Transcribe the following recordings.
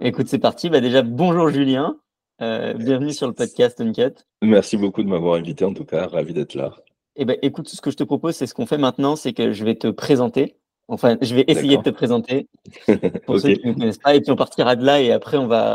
Écoute, c'est parti. Bah déjà, bonjour Julien. Bienvenue sur le podcast Uncut. Merci beaucoup de m'avoir invité, en tout cas, ravi d'être là. Et ben, écoute, ce que je te propose, c'est ce qu'on fait maintenant, c'est que je vais te présenter. Enfin, je vais essayer de te D'accord. présenter pour Ok, ceux qui ne me connaissent pas, et puis on partira de là, et après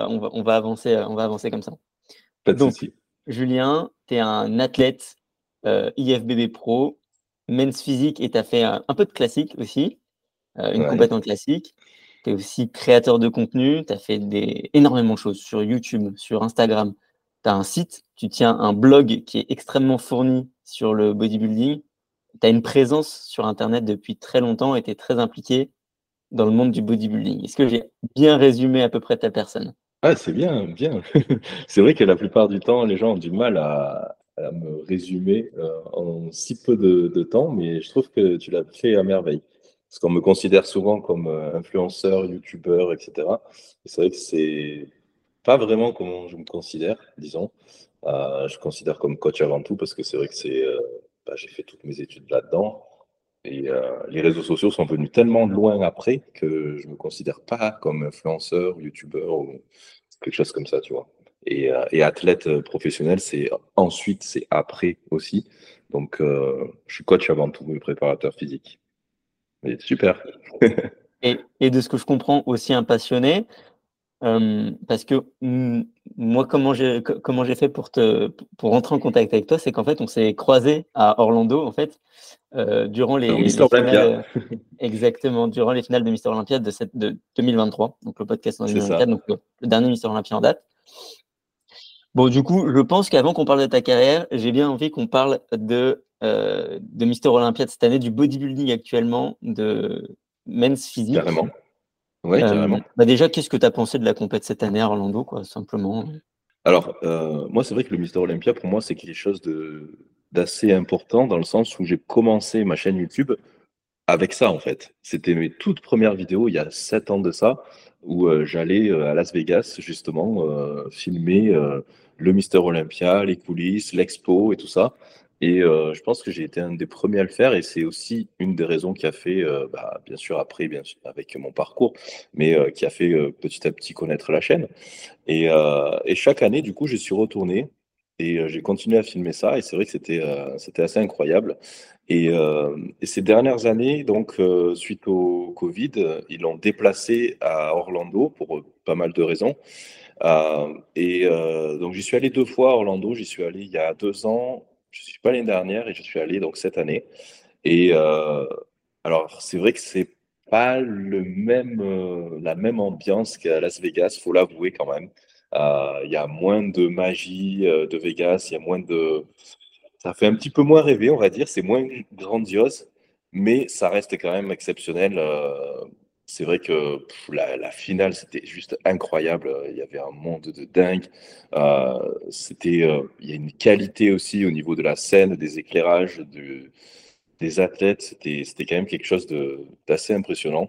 on va avancer comme ça. pas de Donc, souci. Julien, tu es un athlète IFBB Pro, men's physique, et tu as fait un peu de classique aussi, une Ouais. compétence classique. Tu es aussi créateur de contenu, tu as fait énormément de choses sur YouTube, sur Instagram. Tu as un site, tu tiens un blog qui est extrêmement fourni sur le bodybuilding. Tu as une présence sur Internet depuis très longtemps et tu es très impliqué dans le monde du bodybuilding. Est-ce que j'ai bien résumé à peu près ta personne? Ah, c'est bien, bien. C'est vrai que la plupart du temps, les gens ont du mal à me résumer en si peu de temps, mais je trouve que tu l'as fait à merveille. Parce qu'on me considère souvent comme influenceur, youtubeur, etc. Et c'est vrai que c'est pas vraiment comment je me considère, disons. Je considère comme coach avant tout parce que c'est vrai que j'ai fait toutes mes études là-dedans. Et les réseaux sociaux sont venus tellement de loin après que je me considère pas comme influenceur, youtubeur ou quelque chose comme ça, tu vois. Et athlète professionnel, c'est après aussi. Donc, je suis coach avant tout et préparateur physique. Mais super. Et de ce que je comprends, aussi un passionné. Parce que moi, comment j'ai fait pour rentrer en contact avec toi, c'est qu'en fait, on s'est croisés à Orlando, en fait, durant Au les Mister finales, Olympia, exactement, durant les finales de Mister Olympia de 2023, donc le podcast en c'est ça. 2024, donc le dernier Mister Olympia en date. Bon, du coup, je pense qu'avant qu'on parle de ta carrière, j'ai bien envie qu'on parle de Mister Olympia de cette année, du bodybuilding actuellement, de men's physique. Carrément. Oui, carrément. Bah déjà, qu'est-ce que tu as pensé de la compète cette année à Orlando, quoi, simplement? Alors, moi, c'est vrai que le Mister Olympia, pour moi, c'est quelque chose d'assez important dans le sens où j'ai commencé ma chaîne YouTube avec ça, en fait. C'était mes toutes premières vidéos, il y a 7 ans de ça, où j'allais à Las Vegas, justement, filmer le Mister Olympia, les coulisses, l'expo et tout ça. Et je pense que j'ai été un des premiers à le faire, et c'est aussi une des raisons qui a fait, bien sûr, après, bien sûr, avec mon parcours, mais qui a fait petit à petit connaître la chaîne. Et chaque année, du coup, je suis retourné et j'ai continué à filmer ça. Et c'est vrai que c'était assez incroyable. Et ces dernières années, donc, suite au Covid, ils l'ont déplacé à Orlando pour pas mal de raisons. Donc, j'y suis allé 2 fois à Orlando. J'y suis allé il y a 2 ans. Je suis pas l'année dernière et je suis allé donc cette année. Et alors, c'est vrai que c'est pas la même ambiance qu'à Las Vegas, faut l'avouer quand même. Il y a moins de magie de Vegas, il y a moins de. Ça fait un petit peu moins rêver, on va dire. C'est moins grandiose, mais ça reste quand même exceptionnel. C'est vrai que la finale, c'était juste incroyable. Il y avait un monde de dingue. Il y a une qualité aussi au niveau de la scène, des éclairages, des athlètes. C'était quand même quelque chose d'assez impressionnant.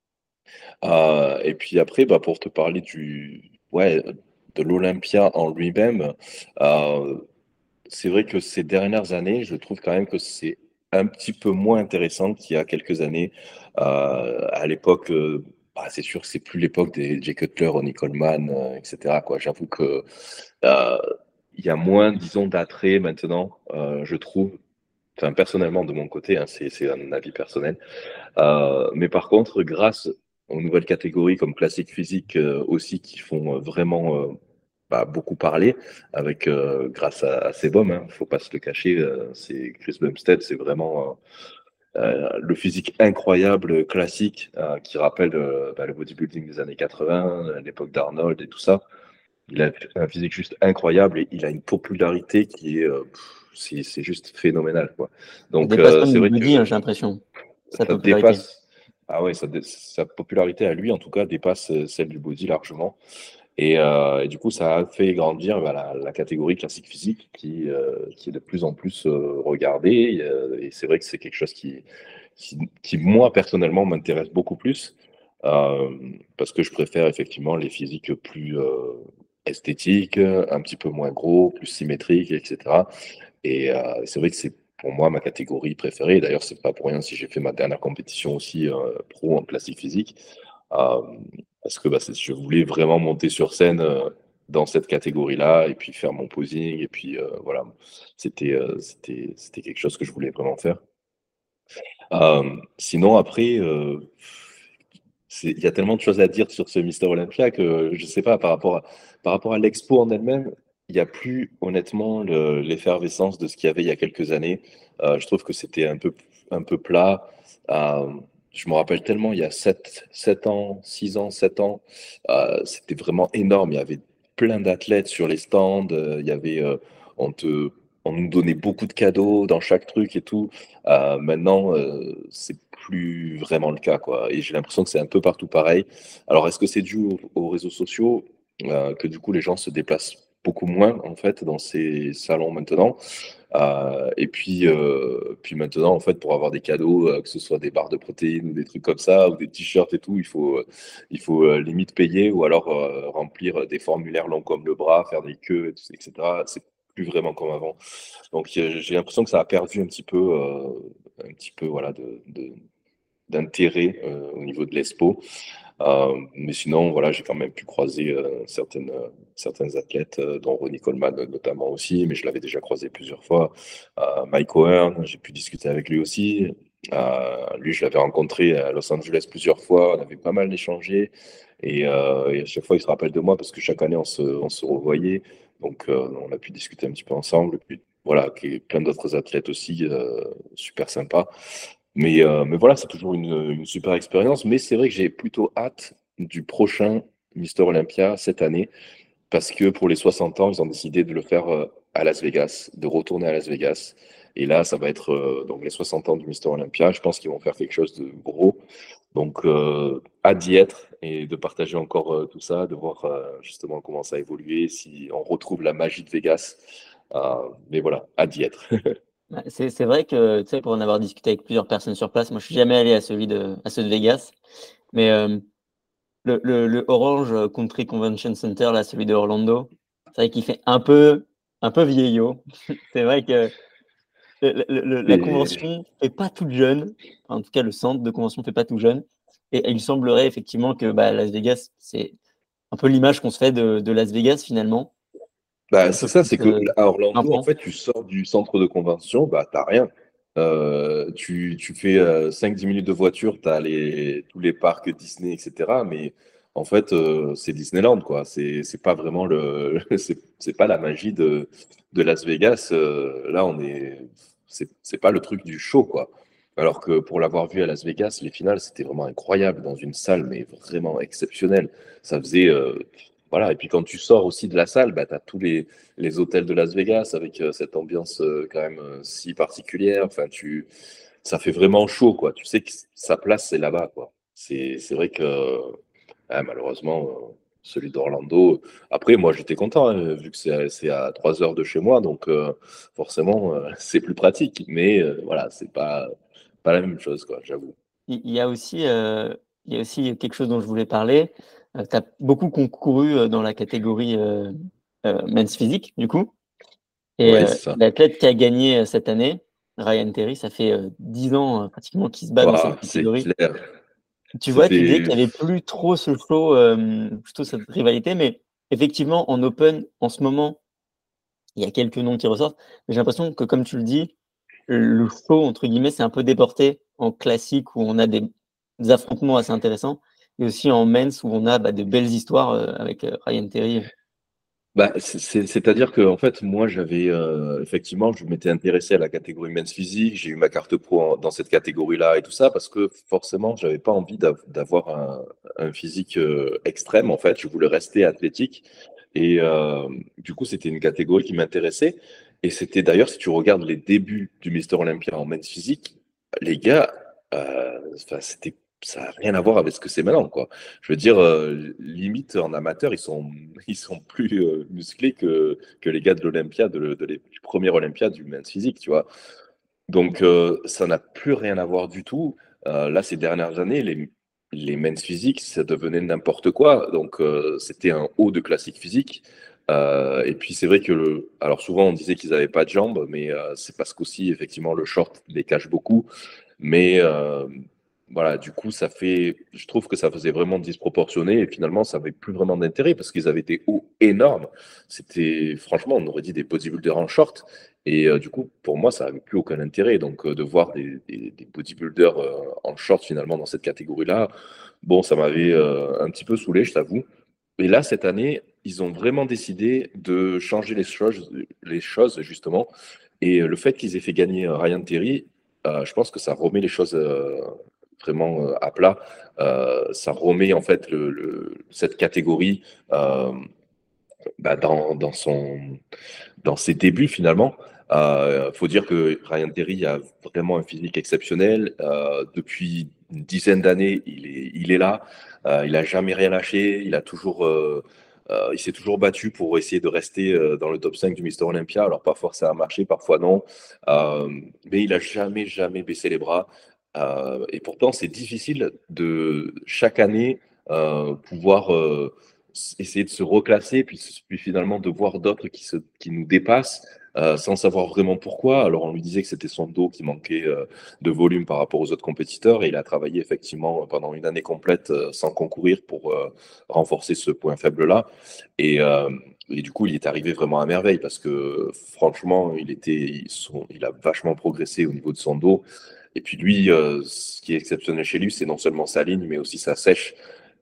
Et puis après, pour te parler ouais, de l'Olympia en lui-même, euh, c'est vrai que ces dernières années, je trouve quand même que c'est un petit peu moins intéressant qu'il y a quelques années. À l'époque, c'est sûr que c'est plus l'époque des Jay Cutler, Ronnie Coleman, etc., quoi. J'avoue que euh, il y a moins, disons, d'attrait maintenant, je trouve. Enfin, personnellement, de mon côté, hein, c'est un avis personnel. Mais par contre, grâce aux nouvelles catégories comme classique physique aussi, qui font vraiment beaucoup parler, grâce à Sebum, hein, faut pas se le cacher, c'est Chris Bumstead, c'est vraiment le physique incroyable, classique, qui rappelle le bodybuilding des années 80, l'époque d'Arnold et tout ça. Il a un physique juste incroyable et il a une popularité qui est, c'est juste phénoménal, quoi. Ça Donc, dépasse même c'est le vrai body, hein, que j'ai l'impression, sa ça popularité. dépasse. Ah ouais, sa popularité à lui, en tout cas, dépasse celle du body largement. Et du coup, ça a fait grandir la catégorie classique physique qui est de plus en plus regardée. Et c'est vrai que c'est quelque chose qui, moi, personnellement, m'intéresse beaucoup plus. euh, Parce que je préfère effectivement les physiques plus esthétiques, un petit peu moins gros, plus symétriques, etc. Et c'est vrai que c'est pour moi ma catégorie préférée. D'ailleurs, c'est pas pour rien si j'ai fait ma dernière compétition aussi pro en classique physique. Euh, Parce que je voulais vraiment monter sur scène dans cette catégorie-là et puis faire mon posing. Et puis voilà, c'était quelque chose que je voulais vraiment faire. Sinon, après, il y a tellement de choses à dire sur ce Mister Olympia que je sais pas, par rapport à l'expo en elle-même, il n'y a plus honnêtement l'effervescence de ce qu'il y avait il y a quelques années. Je trouve que c'était un peu plat. Euh, je me rappelle tellement, il y a 7 ans, 6 ans, 7 ans, c'était vraiment énorme. Il y avait plein d'athlètes sur les stands. Il y avait, on te, on nous donnait beaucoup de cadeaux dans chaque truc et tout. Maintenant, c'est plus vraiment le cas, quoi. Et j'ai l'impression que c'est un peu partout pareil. Alors, est-ce que c'est dû aux réseaux sociaux, que du coup les gens se déplacent beaucoup moins en fait dans ces salons maintenant? Et puis maintenant, en fait, pour avoir des cadeaux, que ce soit des barres de protéines ou des trucs comme ça, ou des t-shirts et tout, il faut limite payer ou alors remplir des formulaires longs comme le bras, faire des queues, etc. C'est plus vraiment comme avant. Donc j'ai l'impression que ça a perdu un petit peu voilà, d'intérêt au niveau de l'expo. Mais sinon, voilà, j'ai quand même pu croiser certaines athlètes, dont Ronnie Coleman notamment aussi, mais je l'avais déjà croisé plusieurs fois. Mike O'Hearn, j'ai pu discuter avec lui aussi. Lui, je l'avais rencontré à Los Angeles plusieurs fois, on avait pas mal échangé. Et à chaque fois, il se rappelle de moi parce que chaque année, on se revoyait. Donc, on a pu discuter un petit peu ensemble. Et puis, voilà, plein d'autres athlètes aussi, super sympas. Mais voilà, c'est toujours une super expérience. Mais c'est vrai que j'ai plutôt hâte du prochain Mister Olympia cette année, parce que pour les 60 ans, ils ont décidé de le faire à Las Vegas, de retourner à Las Vegas. Et là, ça va être donc les 60 ans du Mister Olympia. Je pense qu'ils vont faire quelque chose de gros. Donc, hâte d'y être et de partager encore tout ça, de voir justement comment ça a évolué, si on retrouve la magie de Vegas. Mais voilà, hâte d'y être. Ouais, c'est vrai que, tu sais, pour en avoir discuté avec plusieurs personnes sur place, moi, je suis jamais allé à ceux de Vegas, mais le Orange Country Convention Center, là, celui de Orlando, c'est vrai qu'il fait un peu vieillot. C'est vrai que la Et convention fait pas toute jeune. Enfin, en tout cas, le centre de convention fait pas tout jeune. Et il semblerait effectivement que bah, Las Vegas, c'est un peu l'image qu'on se fait de Las Vegas finalement. C'est bah, un c'est peu ça, plus c'est que à Orlando, en pimpant. fait, tu sors du centre de convention, bah, t'as rien. Tu fais 5-10 minutes de voiture, tu as tous les parcs Disney, etc. Mais en fait, c'est Disneyland, quoi. C'est pas vraiment c'est pas la magie de Las Vegas. Là, c'est pas le truc du show, quoi. Alors que pour l'avoir vu à Las Vegas, les finales, c'était vraiment incroyable dans une salle, mais vraiment exceptionnelle. Ça faisait, voilà. Et puis quand tu sors aussi de la salle, bah, tu as tous les hôtels de Las Vegas avec cette ambiance quand même si particulière. Enfin, ça fait vraiment chaud, quoi. Tu sais que sa place, c'est là-bas, quoi. C'est vrai que malheureusement, celui d'Orlando. Après, moi, j'étais content, hein, vu que c'est à 3 heures de chez moi, donc forcément, c'est plus pratique. Mais voilà, c'est pas la même chose, quoi, j'avoue. Il y a aussi, il y a aussi quelque chose dont je voulais parler. Tu as beaucoup concouru, dans la catégorie, men's physique, du coup et Oui, c'est ça. l'athlète qui a gagné, cette année, Ryan Terry, ça fait, 10 ans, pratiquement qu'il se bat dans cette Ouah, c'est catégorie. clair. Tu vois, tu disais C'était. qu'il y avait plus trop ce show, plutôt cette rivalité, mais effectivement, en open, en ce moment, il y a quelques noms qui ressortent, mais j'ai l'impression que, comme tu le dis, le show, entre guillemets, c'est un peu déporté en classique où on a des affrontements assez intéressants et aussi en men's où on a, bah, de belles histoires, avec, Ryan Terry. Bah, c'est-à-dire que en fait, moi, j'avais effectivement, je m'étais intéressé à la catégorie men's physique. J'ai eu ma carte pro dans cette catégorie-là et tout ça parce que forcément, j'avais pas envie d'avoir un physique extrême. En fait, je voulais rester athlétique et du coup, c'était une catégorie qui m'intéressait. Et c'était d'ailleurs, si tu regardes les débuts du Mister Olympia en men's physique, les gars, enfin, ça n'a rien à voir avec ce que c'est maintenant, quoi. Je veux dire, limite en amateur, ils sont plus musclés que les gars de l'Olympia, du premier Olympia du men's physique, tu vois. Donc, ça n'a plus rien à voir du tout. Là, ces dernières années, les men's physiques, ça devenait n'importe quoi. Donc, c'était un haut de classique physique. Et puis, c'est vrai que, alors souvent, on disait qu'ils n'avaient pas de jambes, mais c'est parce qu'aussi, effectivement, le short les cache beaucoup. Mais voilà, du coup, je trouve que ça faisait vraiment disproportionné et finalement, ça n'avait plus vraiment d'intérêt parce qu'ils avaient des hauts énormes. C'était, franchement, on aurait dit des bodybuilders en short. Et du coup, pour moi, ça n'avait plus aucun intérêt. Donc, de voir des bodybuilders en short finalement dans cette catégorie-là, bon, ça m'avait un petit peu saoulé, je t'avoue. Et là, cette année, ils ont vraiment décidé de changer les choses justement. Et le fait qu'ils aient fait gagner Ryan Terry, je pense que ça remet les choses vraiment à plat. Ça remet en fait cette catégorie bah, dans ses débuts finalement. Faut dire que Ryan Terry a vraiment un physique exceptionnel. Depuis une dizaine d'années, il est là. Il a jamais rien lâché. Il s'est toujours battu pour essayer de rester dans le top 5 du Mister Olympia. Alors parfois ça a marché, parfois non. Mais il a jamais baissé les bras. Et pourtant, c'est difficile de chaque année pouvoir essayer de se reclasser, puis finalement de voir d'autres qui nous dépassent sans savoir vraiment pourquoi. Alors on lui disait que c'était son dos qui manquait de volume par rapport aux autres compétiteurs et il a travaillé effectivement pendant une année complète sans concourir pour renforcer ce point faible-là. Et du coup, il est arrivé vraiment à merveille parce que franchement, il a vachement progressé au niveau de son dos. Et puis lui, ce qui est exceptionnel chez lui, c'est non seulement sa ligne, mais aussi sa sèche.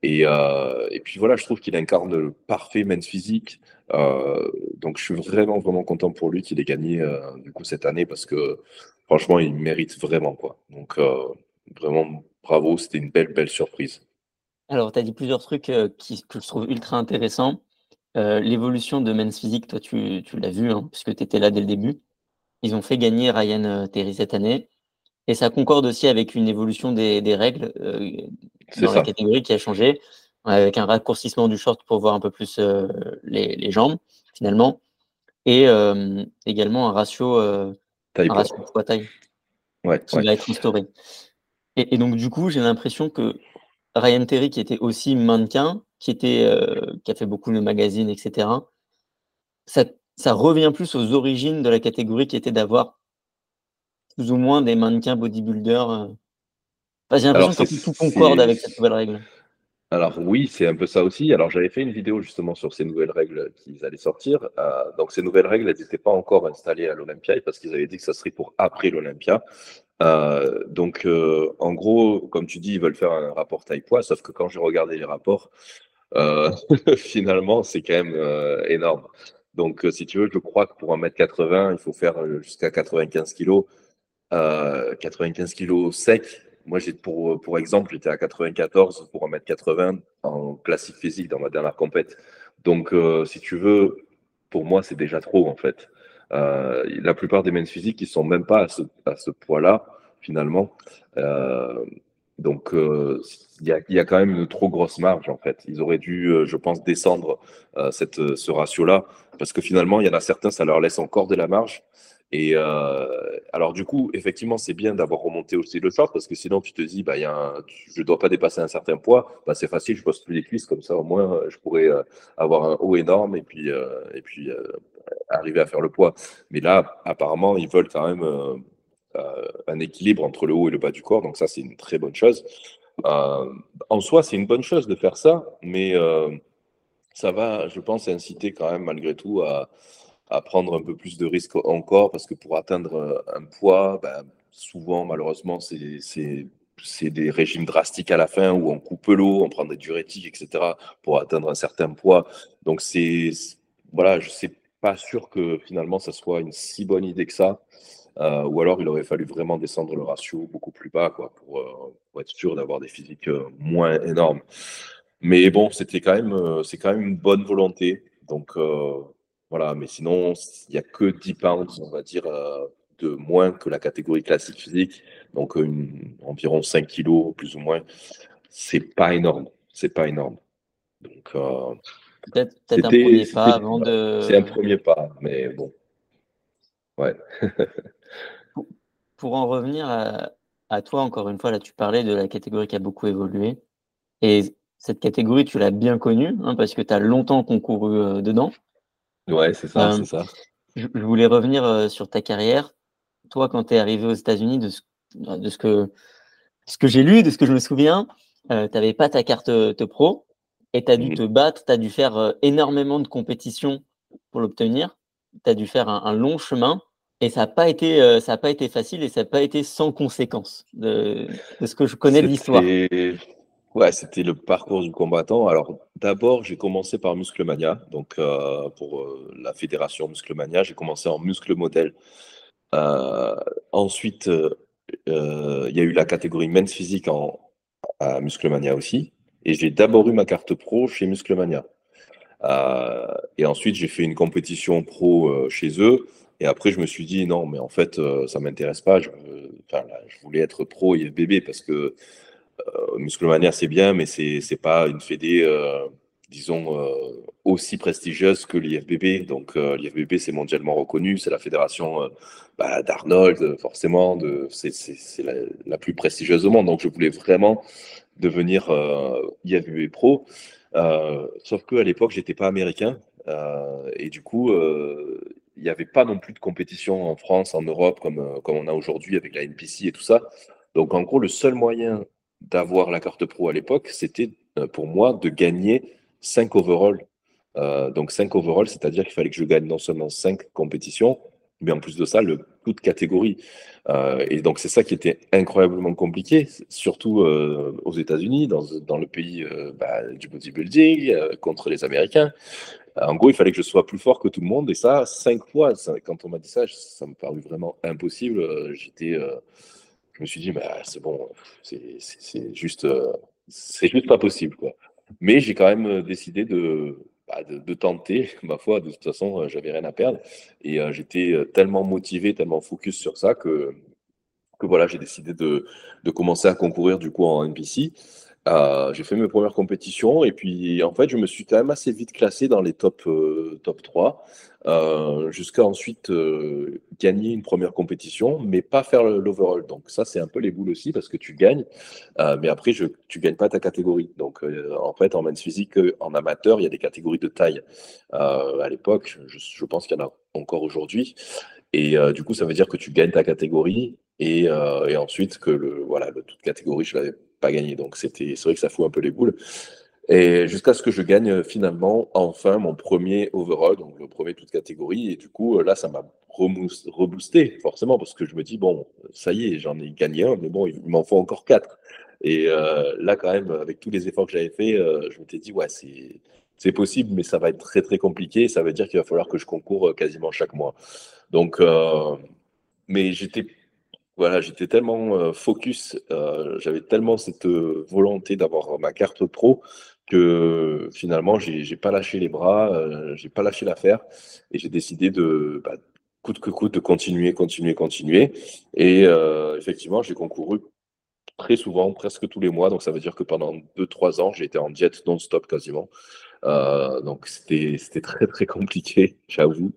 Et puis voilà, je trouve qu'il incarne le parfait men's physique. Donc je suis vraiment content pour lui qu'il ait gagné du coup cette année parce que franchement, il mérite vraiment quoi. Donc vraiment bravo, c'était une belle surprise. Alors, tu as dit plusieurs trucs que je trouve ultra intéressants. L'évolution de Men's Physique, toi, tu l'as vu, hein, puisque tu étais là dès le début. Ils ont fait gagner Ryan Terry cette année. Et ça concorde aussi avec une évolution des règles C'est dans la ça. catégorie qui a changé, avec un raccourcissement du short pour voir un peu plus les jambes, finalement, et également Taille un poids. ratio poids-taille Ouais, qui ouais. va être instauré. Et donc, du coup, j'ai l'impression que Ryan Terry, qui était aussi mannequin, qui a fait beaucoup de magazines, etc., ça, ça revient plus aux origines de la catégorie qui était d'avoir plus ou moins des mannequins bodybuilders. Enfin, j'ai Alors l'impression qu'un c'est peu tout concorde avec cette nouvelle règle. Alors oui, c'est un peu ça aussi. Alors j'avais fait une vidéo justement sur ces nouvelles règles qu'ils allaient sortir. Donc ces nouvelles règles, elles n'étaient pas encore installées à l'Olympia parce qu'ils avaient dit que ça serait pour après l'Olympia. En gros, comme tu dis, ils veulent faire un rapport taille-poids, sauf que quand j'ai regardé les rapports, euh, finalement, c'est quand même énorme. Donc si tu veux, je crois que pour 1m80, il faut faire jusqu'à 95 kilos. 95 kilos sec. Moi, pour exemple, j'étais à 94 pour 1m80 en classique physique dans ma dernière compète. Donc, si tu veux, pour moi, c'est déjà trop, en fait. La plupart des men's physiques, ils sont même pas à ce poids-là, finalement. Euh, il y a quand même une trop grosse marge, en fait. Ils auraient dû, je pense, descendre ce ratio-là, parce que finalement, il y en a certains, ça leur laisse encore de la marge. Et alors, du coup, effectivement, c'est bien d'avoir remonté aussi le short parce que sinon, tu te dis, bah, je ne dois pas dépasser un certain poids. Bah, c'est facile, je pose plus les cuisses, comme ça, au moins, je pourrais avoir un haut énorme et puis arriver à faire le poids. Mais là, apparemment, ils veulent quand même un équilibre entre le haut et le bas du corps. Donc, ça, c'est une très bonne chose. Euh, En soi, c'est une bonne chose de faire ça, mais ça va, je pense, inciter quand même, malgré tout, à prendre un peu plus de risques encore, parce que pour atteindre un poids, ben, souvent, malheureusement, c'est des régimes drastiques à la fin où on coupe l'eau, on prend des diurétiques, etc., pour atteindre un certain poids. Donc, voilà, je ne sais pas sûr que finalement, ça soit une si bonne idée que ça. Ou alors, il aurait fallu vraiment descendre le ratio beaucoup plus bas, quoi, pour être sûr d'avoir des physiques moins énormes. Mais bon, c'est quand même une bonne volonté. Donc, voilà, mais sinon, il n'y a que 10 pounds, on va dire, de moins que la catégorie classique physique. Donc, environ 5 kilos, plus ou moins. C'est pas énorme. C'est pas énorme. Donc, Peut-être un premier pas avant voilà, c'est un de. premier pas, mais bon, ouais. Pour, pour en revenir à toi, encore une fois, là, tu parlais de la catégorie qui a beaucoup évolué. Et cette catégorie, tu l'as bien connue, hein, parce que tu as longtemps concouru dedans. Ouais, c'est ça, Euh, c'est ça. je voulais revenir sur ta carrière. Toi, quand tu es arrivé aux États-Unis, de ce que ce que j'ai lu, de ce que je me souviens, tu n'avais pas ta carte te pro et tu as dû Mhm. te battre, tu as dû faire énormément de compétitions pour l'obtenir. Tu as dû faire un long chemin et ça n'a pas été facile et ça n'a pas été sans conséquences de ce que je connais de l'histoire. C'était ouais, c'était le parcours du combattant. Alors d'abord, j'ai commencé par Musclemania, donc pour la fédération Musclemania, j'ai commencé en muscle modèle. Euh, ensuite, il y a eu la catégorie Men's Physique à Musclemania aussi, et j'ai d'abord eu ma carte pro chez Musclemania. Et ensuite, j'ai fait une compétition pro chez eux. Et après, je me suis dit, non, mais en fait, ça m'intéresse pas. Enfin, là, je voulais être pro IFBB parce que Musclemania, c'est bien, mais c'est pas une fédé, disons, aussi prestigieuse que l'IFBB. Donc, l'IFBB, c'est mondialement reconnu. C'est la fédération d'Arnold, forcément. C'est la plus prestigieuse au monde. Donc, je voulais vraiment devenir IFBB pro. Sauf qu'à l'époque, j'étais pas américain. Et du coup, il n'y avait pas non plus de compétition en France, en Europe, comme on a aujourd'hui avec la NPC et tout ça. Donc, en gros, le seul moyen d'avoir la carte pro à l'époque, c'était pour moi de gagner 5 overalls. Donc 5 overalls, c'est-à-dire qu'il fallait que je gagne non seulement 5 compétitions, mais en plus de ça, le toute catégorie. Et donc c'est ça qui était incroyablement compliqué, surtout aux États-Unis, dans le pays du bodybuilding, contre les Américains. En gros, il fallait que je sois plus fort que tout le monde, et ça, 5 fois. Quand on m'a dit ça, ça me parut vraiment impossible. Je me suis dit, bah, c'est bon, c'est juste pas possible, quoi. Mais j'ai quand même décidé de tenter, ma foi, de toute façon, j'avais rien à perdre. Et j'étais tellement motivé, tellement focus sur ça que voilà, j'ai décidé de commencer à concourir du coup en NPC. J'ai fait mes premières compétitions et puis en fait, je me suis quand même assez vite classé dans les top 3 jusqu'à ensuite gagner une première compétition, mais pas faire l'overall. Donc ça, c'est un peu les boules aussi parce que tu gagnes, mais après, tu gagnes pas ta catégorie. Donc en fait, en men's physique, en amateur, il y a des catégories de taille. À l'époque, je pense qu'il y en a encore aujourd'hui. Et du coup, ça veut dire que tu gagnes ta catégorie et ensuite que toute catégorie, je ne l'avais pas gagné. Donc, c'est vrai que ça fout un peu les boules. Et jusqu'à ce que je gagne finalement, enfin, mon premier overall, donc le premier toute catégorie. Et du coup, là, ça m'a reboosté, forcément, parce que je me dis, bon, ça y est, j'en ai gagné un, mais bon, il m'en faut encore quatre. Et là, quand même, avec tous les efforts que j'avais fait, je m'étais dit, ouais, c'est possible, mais ça va être très, très compliqué. Ça veut dire qu'il va falloir que je concours quasiment chaque mois. Donc, mais j'étais tellement focus, j'avais tellement cette volonté d'avoir ma carte pro que finalement, j'ai pas lâché les bras, j'ai pas lâché l'affaire et j'ai décidé coûte que coûte, de continuer, continuer, continuer. Et effectivement, j'ai concouru très souvent, presque tous les mois. Donc, ça veut dire que pendant 2, 3 ans, j'ai été en diète non-stop quasiment. Donc, c'était très, très compliqué, j'avoue.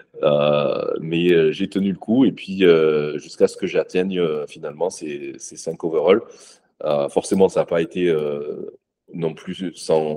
Mais j'ai tenu le coup et puis jusqu'à ce que j'atteigne finalement ces 5 overalls. Forcément, ça n'a pas été non plus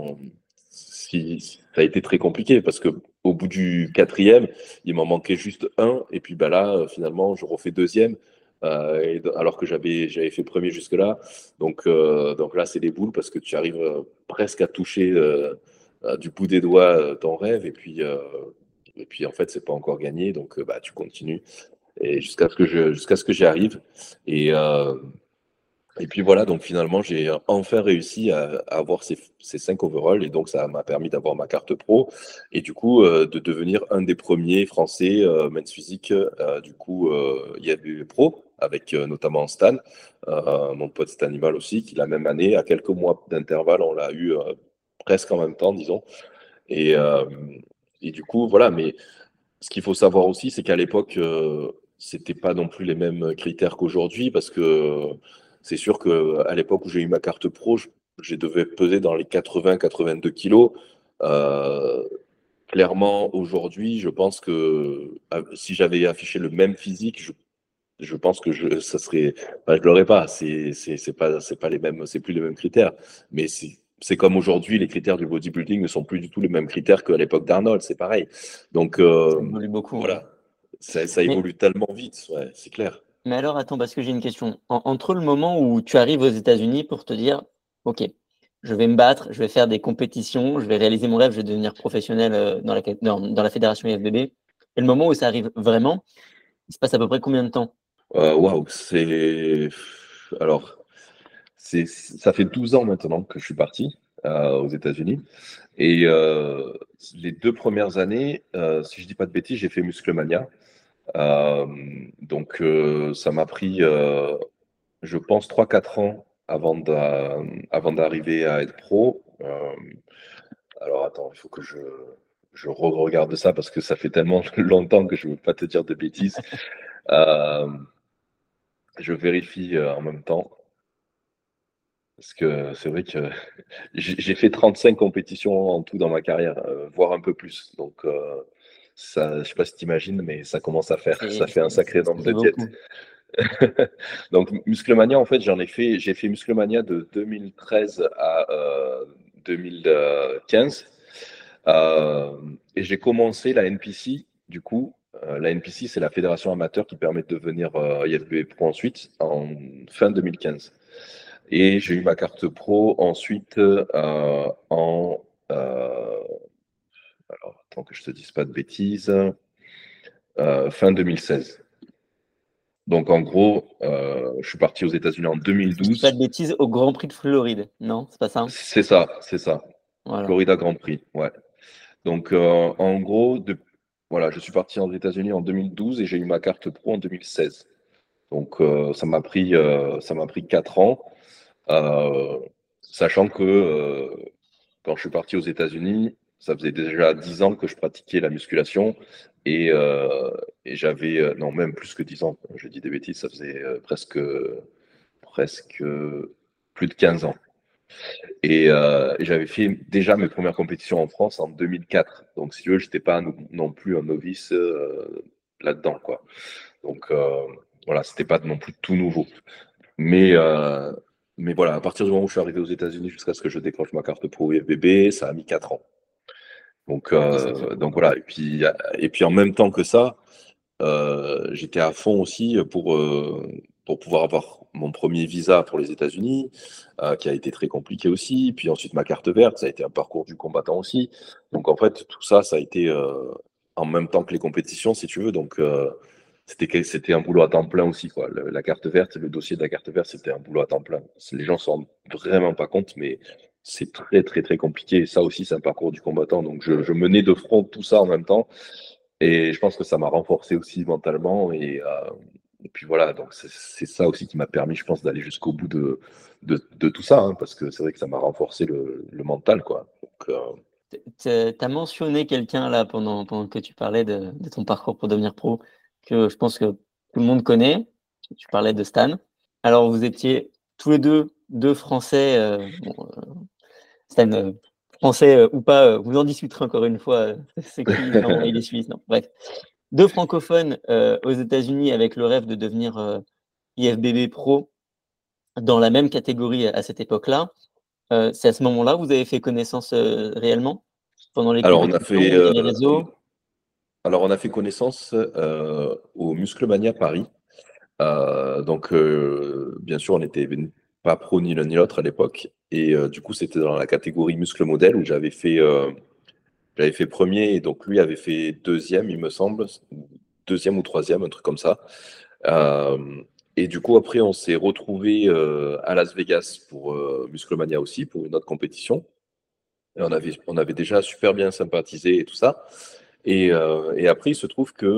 ça a été très compliqué parce que au bout du quatrième, il m'en manquait juste un et puis bah là, finalement, je refais deuxième. Alors que j'avais fait premier jusque-là. Donc là, c'est des boules parce que tu arrives presque à toucher du bout des doigts ton rêve et puis en fait, c'est pas encore gagné, donc bah, tu continues et jusqu'à ce que j'y arrive. Et, euh, et puis voilà, donc finalement, j'ai enfin réussi à avoir ces 5 overalls et donc ça m'a permis d'avoir ma carte pro et du coup de devenir un des premiers Français men's physique du coup IFBB Pro avec notamment Stan, mon pote Stanimal aussi, qui la même année, à quelques mois d'intervalle, on l'a eu presque en même temps, disons. Et, euh, et du coup, voilà, mais ce qu'il faut savoir aussi, c'est qu'à l'époque, c'était pas non plus les mêmes critères qu'aujourd'hui, parce que c'est sûr qu'à l'époque où j'ai eu ma carte pro, je devais peser dans les 80-82 kilos. Euh, Clairement, aujourd'hui, je pense que si j'avais affiché le même physique, je pense que ça serait, enfin, je l'aurais pas. C'est pas les mêmes, c'est plus les mêmes critères. Mais c'est comme aujourd'hui, les critères du bodybuilding ne sont plus du tout les mêmes critères qu'à l'époque d'Arnold. C'est pareil. Donc Ça évolue beaucoup, ouais. voilà, ça Mais évolue tellement vite. Ouais, c'est clair. Mais alors, attends, parce que j'ai une question. Entre le moment où tu arrives aux États-Unis pour te dire, OK, je vais me battre, je vais faire des compétitions, je vais réaliser mon rêve, je vais devenir professionnel dans la fédération IFBB, et le moment où ça arrive vraiment, il se passe à peu près combien de temps? Waouh, alors, ça fait 12 ans maintenant que je suis parti aux États-Unis. Et les 2 premières années, si je dis pas de bêtises, j'ai fait Musclemania. Euh, donc, ça m'a pris, je pense, 3 4 ans avant d'arriver à être pro. Alors, attends, il faut que je regarde ça parce que ça fait tellement longtemps que je ne veux pas te dire de bêtises. Euh, je vérifie en même temps. Parce que c'est vrai que j'ai fait 35 compétitions en tout dans ma carrière, voire un peu plus. Donc, ça, je sais pas si tu imagines, mais ça commence à faire. Ça C'est fait un sacré ça nombre de fait diètes. beaucoup. Donc, Musclemania, en fait, j'ai fait Musclemania de 2013 à 2015. Euh, et j'ai commencé la NPC, du coup. La NPC, c'est la fédération amateur qui permet de devenir IFBB Pro ensuite, en fin 2015. Et j'ai eu ma carte pro ensuite alors, attends que je te dise pas de bêtises, fin 2016. Donc en gros, je suis parti aux États-Unis en Si je dis pas de 2012. bêtises, au Grand Prix de Floride, non? C'est pas ça, hein? C'est ça, c'est ça. Voilà. Florida Grand Prix, ouais. Donc en gros, voilà, je suis parti aux États-Unis en 2012 et j'ai eu ma carte pro en 2016. Donc ça m'a pris 4 ans, euh, sachant que quand je suis parti aux États-Unis, ça faisait déjà 10 ans que je pratiquais la musculation et, j'avais, non, même plus que 10 ans, je dis des bêtises, ça faisait presque plus de 15 ans. Et j'avais fait déjà mes premières compétitions en France en 2004. Donc, si tu veux, je n'étais pas non plus un novice là-dedans, quoi. Donc, voilà, c'était pas non plus tout nouveau. Mais, euh, mais voilà, à partir du moment où je suis arrivé aux États-Unis jusqu'à ce que je décroche ma carte pro UFBB, ça a mis 4 ans. Ah, ça fait Donc beaucoup. voilà, et puis en même temps que ça, j'étais à fond aussi pour pouvoir avoir mon premier visa pour les États-Unis, qui a été très compliqué aussi. Puis ensuite ma carte verte, ça a été un parcours du combattant aussi. Donc en fait, tout ça, ça a été en même temps que les compétitions, si tu veux. Donc c'était un boulot à temps plein aussi, quoi. La carte verte, le dossier de la carte verte, c'était un boulot à temps plein. Les gens s'en rendent vraiment pas compte, mais c'est très, très, très compliqué. Et ça aussi, c'est un parcours du combattant. Donc, je menais de front tout ça en même temps. Et je pense que ça m'a renforcé aussi mentalement. Et puis voilà, donc c'est ça aussi qui m'a permis, je pense, d'aller jusqu'au bout de tout ça, hein, parce que c'est vrai que ça m'a renforcé le mental, quoi. Donc, Tu as mentionné quelqu'un là pendant que tu parlais de ton parcours pour devenir pro, que je pense que tout le monde connaît. Tu parlais de Stan. Alors, vous étiez tous les deux Français, Stan, français ou pas, vous en discuterez encore une fois. C'est qui? Non, il est suisse. Non, bref. Deux francophones aux États-Unis avec le rêve de devenir IFBB pro dans la même catégorie à cette époque-là. C'est à ce moment-là que vous avez fait connaissance réellement? Pendant les alors, compétitions, via les réseaux? on a fait connaissance au Musclemania Paris. Donc, bien sûr, on n'était pas pro ni l'un ni l'autre à l'époque. Et du coup, c'était dans la catégorie muscle modèle où j'avais fait premier. Et donc, lui avait fait deuxième, il me semble. Deuxième ou troisième, un truc comme ça. Euh, et du coup, après, on s'est retrouvé à Las Vegas pour Musclemania aussi, pour une autre compétition. Et on avait déjà super bien sympathisé et tout ça. Et après, il se trouve que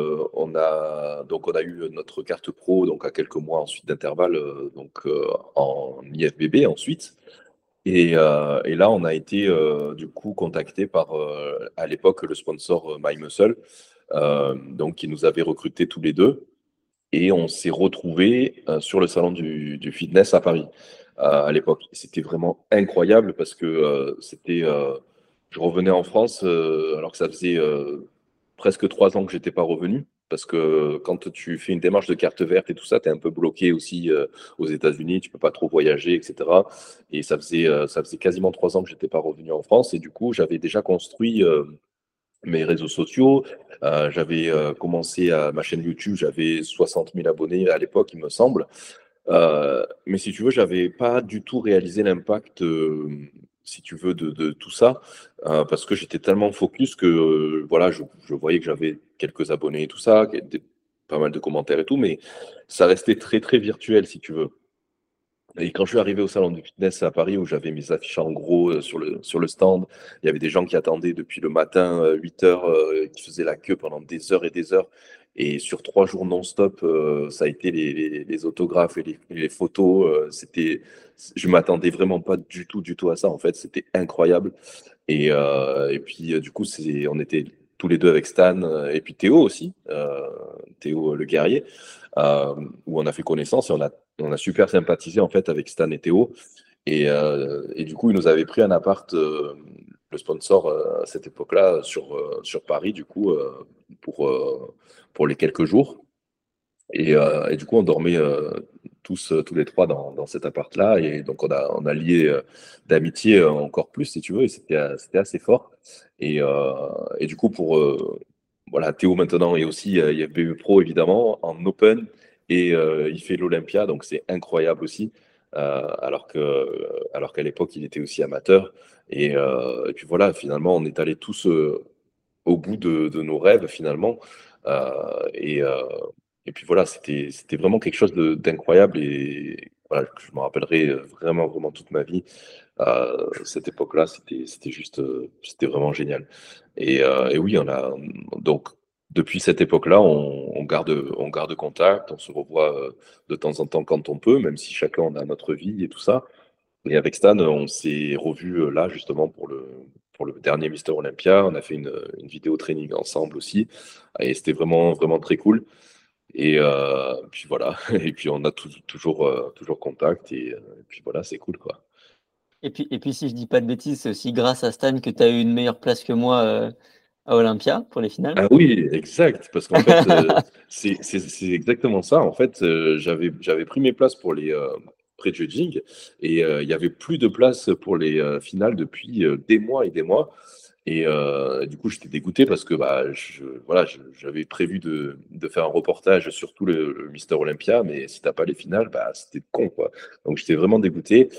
on a eu notre carte pro donc à quelques mois ensuite d'intervalle en IFBB ensuite. Et là, on a été du coup contacté par à l'époque le sponsor My Muscle, donc qui nous avait recrutés tous les deux. Et on s'est retrouvés sur le salon du fitness à Paris à l'époque. C'était vraiment incroyable parce que je revenais en France alors que ça faisait presque 3 ans que j'étais pas revenu. Parce que quand tu fais une démarche de carte verte et tout ça, tu es un peu bloqué aussi aux États-Unis, tu peux pas trop voyager, etc. Et ça faisait quasiment 3 ans que j'étais pas revenu en France. Et du coup, j'avais déjà construit mes réseaux sociaux. J'avais commencé à ma chaîne YouTube, j'avais 60 000 abonnés à l'époque, il me semble. Mais si tu veux, j'avais pas du tout réalisé l'impact, si tu veux, de tout ça, parce que j'étais tellement focus que voilà, je voyais que j'avais quelques abonnés et tout ça, pas mal de commentaires et tout, mais ça restait très très virtuel, si tu veux. Et quand je suis arrivé au salon du fitness à Paris, où j'avais mes affiches en gros sur le stand, il y avait des gens qui attendaient depuis le matin, 8 heures, qui faisaient la queue pendant des heures et des heures. Et sur 3 jours non-stop, ça a été les autographes et les photos. Je m'attendais vraiment pas du tout à ça. En fait, c'était incroyable. Et puis, du coup, on était tous les deux avec Stan et puis Théo aussi, Théo le guerrier, où on a fait connaissance et on a super sympathisé en fait avec Stan et Théo. Et du coup, ils nous avaient pris un appart, le sponsor à cette époque-là, sur Paris, du coup, pour, euh, pour les quelques jours. Et du coup, on dormait tous les trois dans cet appart-là. Et donc, on a lié d'amitié encore plus, si tu veux. Et c'était assez fort. Et du coup, voilà, Théo maintenant est aussi IFBB Pro, évidemment, en Open. Et il fait l'Olympia. Donc, c'est incroyable aussi. Alors qu'à l'époque, il était aussi amateur. Et puis voilà, finalement, on est allés tous au bout de nos rêves, finalement. Euh, et, euh, et puis voilà, c'était vraiment quelque chose d'incroyable et voilà, que je me rappellerai vraiment, vraiment toute ma vie. Cette époque-là, c'était juste, c'était vraiment génial. Et oui, donc, depuis cette époque-là, on garde contact, on se revoit de temps en temps quand on peut, même si chacun on a notre vie et tout ça. Et avec Stan, on s'est revus là, justement, pour le dernier Mister Olympia. On a fait une vidéo training ensemble aussi. Et c'était vraiment, vraiment très cool. Et puis voilà, et puis on a toujours contact, et puis voilà, c'est cool quoi. Et puis si je dis pas de bêtises, c'est aussi grâce à Stan que tu as eu une meilleure place que moi à Olympia pour les finales. Ah oui, exact, parce qu'en fait, c'est exactement ça. En fait, j'avais pris mes places pour les pré-judging et il y avait plus de place pour les finales depuis des mois et des mois. Et du coup, j'étais dégoûté parce que bah, voilà, j'avais prévu de faire un reportage sur tout le Mister Olympia, mais si t'as pas les finales, bah, c'était con, quoi. Donc j'étais vraiment dégoûté.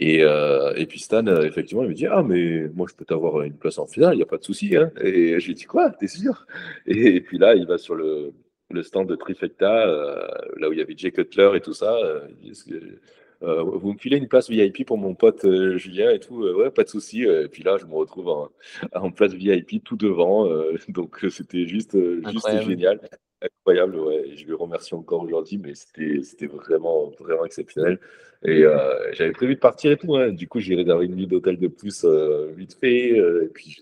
Et puis Stan, effectivement, il me dit, ah, mais moi, je peux t'avoir une place en finale, il n'y a pas de souci, hein. Et je lui dis, quoi, t'es sûr? Et puis là, il va sur le stand de Trifecta, là où il y avait Jay Cutler et tout ça. Il dit, vous me filez une place VIP pour mon pote Julien et tout? Ouais, pas de souci. Et puis là, je me retrouve en place VIP tout devant. Donc, c'était juste Incroyable. génial. Incroyable, ouais. Et je le remercie encore aujourd'hui, mais c'était vraiment, vraiment exceptionnel. Et j'avais prévu de partir et tout, hein. Du coup, j'ai réservé une nuit d'hôtel de plus vite fait. Et puis,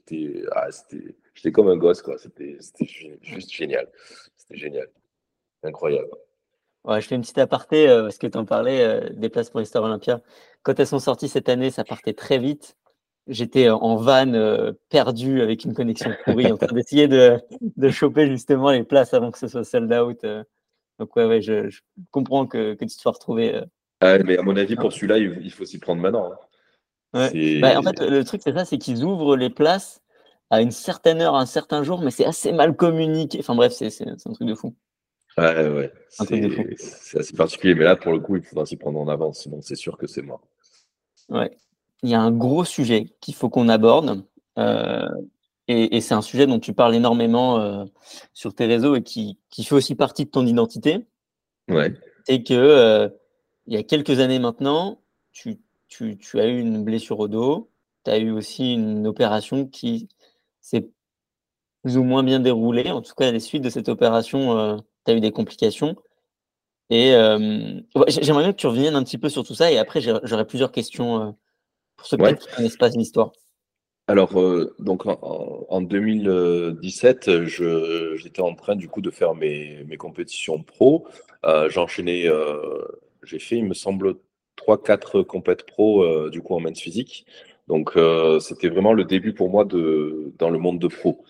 j'étais comme un gosse, quoi. C'était juste génial. C'était génial. Incroyable. Ouais, je fais une petite aparté parce que tu en parlais des places pour Mister Olympia. Quand elles sont sorties cette année, ça partait très vite. J'étais en van, perdu avec une connexion pourrie, en train d'essayer de choper justement les places avant que ce soit sold out. Donc ouais, je comprends que tu te sois retrouvé. Ah, mais à mon avis, pour Non. celui-là, il faut s'y prendre maintenant, hein. Ouais. Bah, en C'est. fait, le truc, c'est ça, c'est qu'ils ouvrent les places à une certaine heure, un certain jour, mais c'est assez mal communiqué. Enfin bref, c'est un truc de fou. Ouais, ouais, Un truc de fou. c'est assez particulier. Mais là, pour le coup, il faudra s'y prendre en avance, sinon c'est sûr que c'est mort. Ouais. Il y a un gros sujet qu'il faut qu'on aborde. euh, et c'est un sujet dont tu parles énormément sur tes réseaux et qui fait aussi partie de ton identité. Ouais, C'est que il y a quelques années maintenant, tu, tu as eu une blessure au dos, tu as eu aussi une opération qui s'est plus ou moins bien déroulée. En tout cas, les suites de cette opération, tu as eu des complications. Et ouais, j'aimerais bien que tu reviennes un petit peu sur tout ça. Et après, j'aurais plusieurs questions pour ceux ouais. peut-être qui connaissent pas l'histoire. Alors, donc en 2017, j'étais en train du coup de faire mes compétitions pro. J'enchaînais, j'ai fait, il me semble, 3 4 compètes pro du coup en men's physique. Donc, c'était vraiment le début pour moi dans le monde de pro.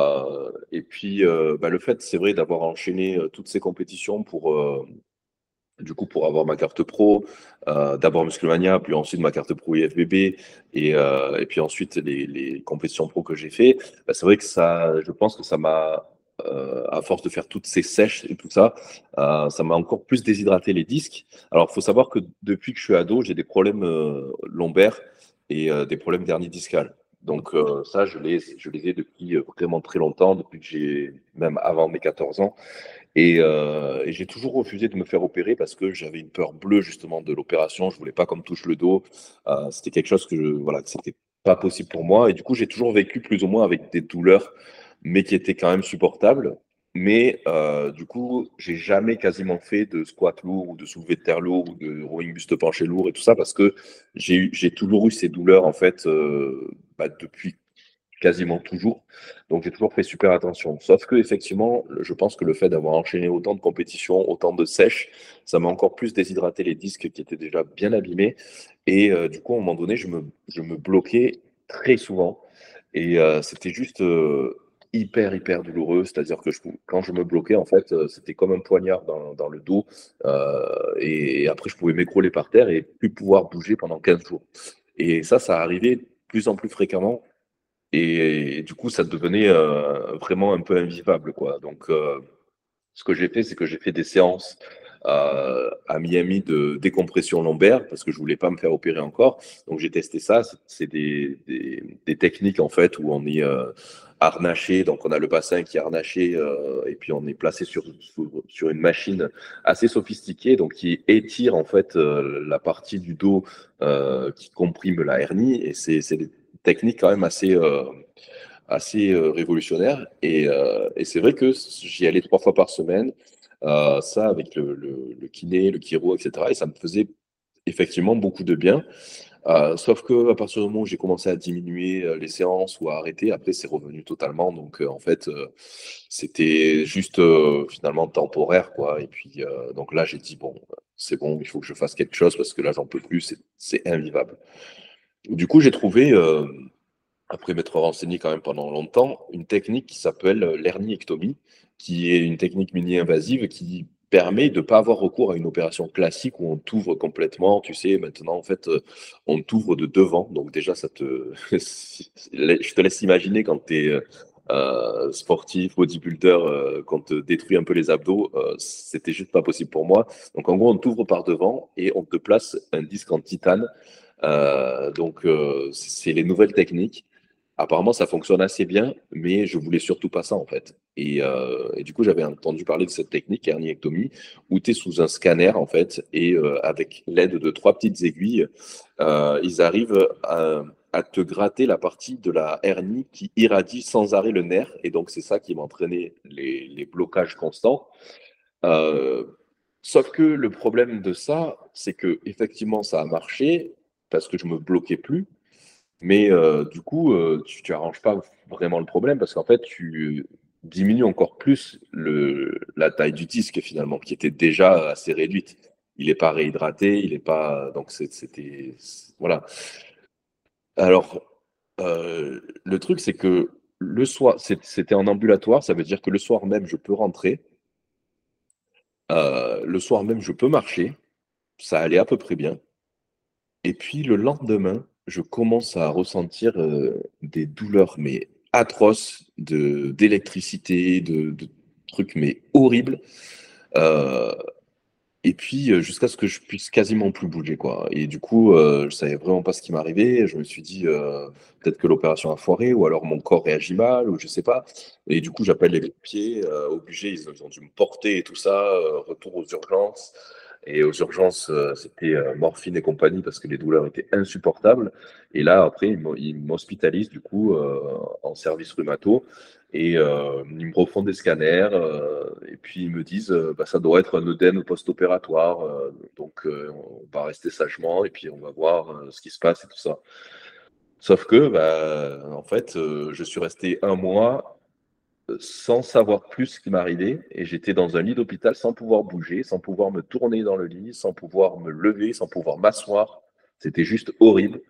Et puis, bah, le fait, c'est vrai, d'avoir enchaîné toutes ces compétitions Du coup, pour avoir ma carte pro, d'abord Musclemania, puis ensuite ma carte pro IFBB, et puis ensuite les compétitions pro que j'ai fait, bah, c'est vrai que ça, je pense que ça m'a, à force de faire toutes ces sèches et tout ça, ça m'a encore plus déshydraté les disques. Alors, il faut savoir que depuis que je suis ado, j'ai des problèmes lombaires et des problèmes d'hernie discale. Donc ça, je les ai depuis vraiment très longtemps, depuis que j'ai, même avant mes 14 ans. Et j'ai toujours refusé de me faire opérer parce que j'avais une peur bleue justement de l'opération. Je voulais pas qu'on me touche le dos. C'était quelque chose voilà, que c'était pas possible pour moi. Et du coup, j'ai toujours vécu plus ou moins avec des douleurs, mais qui étaient quand même supportables. Mais du coup, j'ai jamais quasiment fait de squat lourd ou de soulevé de terre lourd ou de rowing buste penché lourd et tout ça parce que j'ai toujours eu ces douleurs en fait depuis quasiment toujours. Donc j'ai toujours fait super attention. Sauf que effectivement, je pense que le fait d'avoir enchaîné autant de compétitions, autant de sèches, ça m'a encore plus déshydraté les disques qui étaient déjà bien abîmés. Et du coup, à un moment donné, je me bloquais très souvent. Et c'était juste hyper douloureux. C'est-à-dire que quand je me bloquais, en fait, c'était comme un poignard dans le dos. Et après, je pouvais m'écrouler par terre et plus pouvoir bouger pendant 15 jours. Et ça arrivait de plus en plus fréquemment. Et du coup, ça devenait vraiment un peu invivable, quoi. Donc, ce que j'ai fait, c'est que j'ai fait des séances à Miami de décompression lombaire parce que je voulais pas me faire opérer encore. Donc, j'ai testé ça. C'est des techniques, en fait, où on est harnaché. Donc, on a le bassin qui est harnaché et puis on est placé sur une machine assez sophistiquée, donc qui étire, en fait, la partie du dos qui comprime la hernie. Et c'est des techniques quand même assez révolutionnaire. Et c'est vrai que j'y allais 3 fois par semaine, ça avec le kiné, le chiro, etc. Et ça me faisait effectivement beaucoup de bien. Sauf que à partir du moment où j'ai commencé à diminuer les séances ou à arrêter, après c'est revenu totalement. Donc en fait, c'était juste finalement temporaire, quoi. Et puis donc là, j'ai dit bon, c'est bon, il faut que je fasse quelque chose parce que là, j'en peux plus, c'est invivable. Du coup, j'ai trouvé après m'être renseigné quand même pendant longtemps, une technique qui s'appelle l'herniectomie, qui est une technique mini-invasive qui permet de ne pas avoir recours à une opération classique où on t'ouvre complètement. Tu sais, maintenant, en fait, on t'ouvre de devant. Donc déjà, je te laisse imaginer quand tu es sportif, bodybuilder, qu'on te détruit un peu les abdos, c'était juste pas possible pour moi. Donc en gros, on t'ouvre par devant et on te place un disque en titane. Donc c'est les nouvelles techniques. Apparemment, ça fonctionne assez bien, mais je voulais surtout pas ça en fait. Et du coup, j'avais entendu parler de cette technique herniectomie où tu es sous un scanner en fait, et avec l'aide de 3 petites aiguilles, ils arrivent à te gratter la partie de la hernie qui irradie sans arrêt le nerf. Et donc, c'est ça qui m'entraînait les blocages constants. Euh, Sauf que le problème de ça, c'est que effectivement, ça a marché parce que je me bloquais plus. Mais du coup, tu arranges pas vraiment le problème parce qu'en fait, tu diminues encore plus la taille du disque finalement, qui était déjà assez réduite. Il n'est pas réhydraté, il n'est pas. Donc, voilà. Alors, le truc, c'est que le soir, c'était en ambulatoire, ça veut dire que le soir même, je peux rentrer. Le soir même, je peux marcher. Ça allait à peu près bien. Et puis le lendemain, je commence à ressentir des douleurs mais atroces d'électricité, de trucs mais horribles. Euh, et puis jusqu'à ce que je puisse quasiment plus bouger quoi. Et du coup, je savais vraiment pas ce qui m'arrivait. Je me suis dit peut-être que l'opération a foiré ou alors mon corps réagit mal ou je sais pas. Et du coup, j'appelle les pompiers. Obligés, ils ont dû me porter et tout ça. Retour aux urgences. Et aux urgences, c'était morphine et compagnie parce que les douleurs étaient insupportables. Et là, après, ils m'hospitalisent du coup en service rhumato. Et ils me refont des scanners. Et puis ils me disent, bah, ça doit être un œdème post-opératoire. Donc on va rester sagement et puis on va voir ce qui se passe et tout ça. Sauf que, bah, en fait, je suis resté un mois sans savoir plus ce qui m'arrivait et j'étais dans un lit d'hôpital sans pouvoir bouger, sans pouvoir me tourner dans le lit, sans pouvoir me lever, sans pouvoir m'asseoir. C'était juste horrible.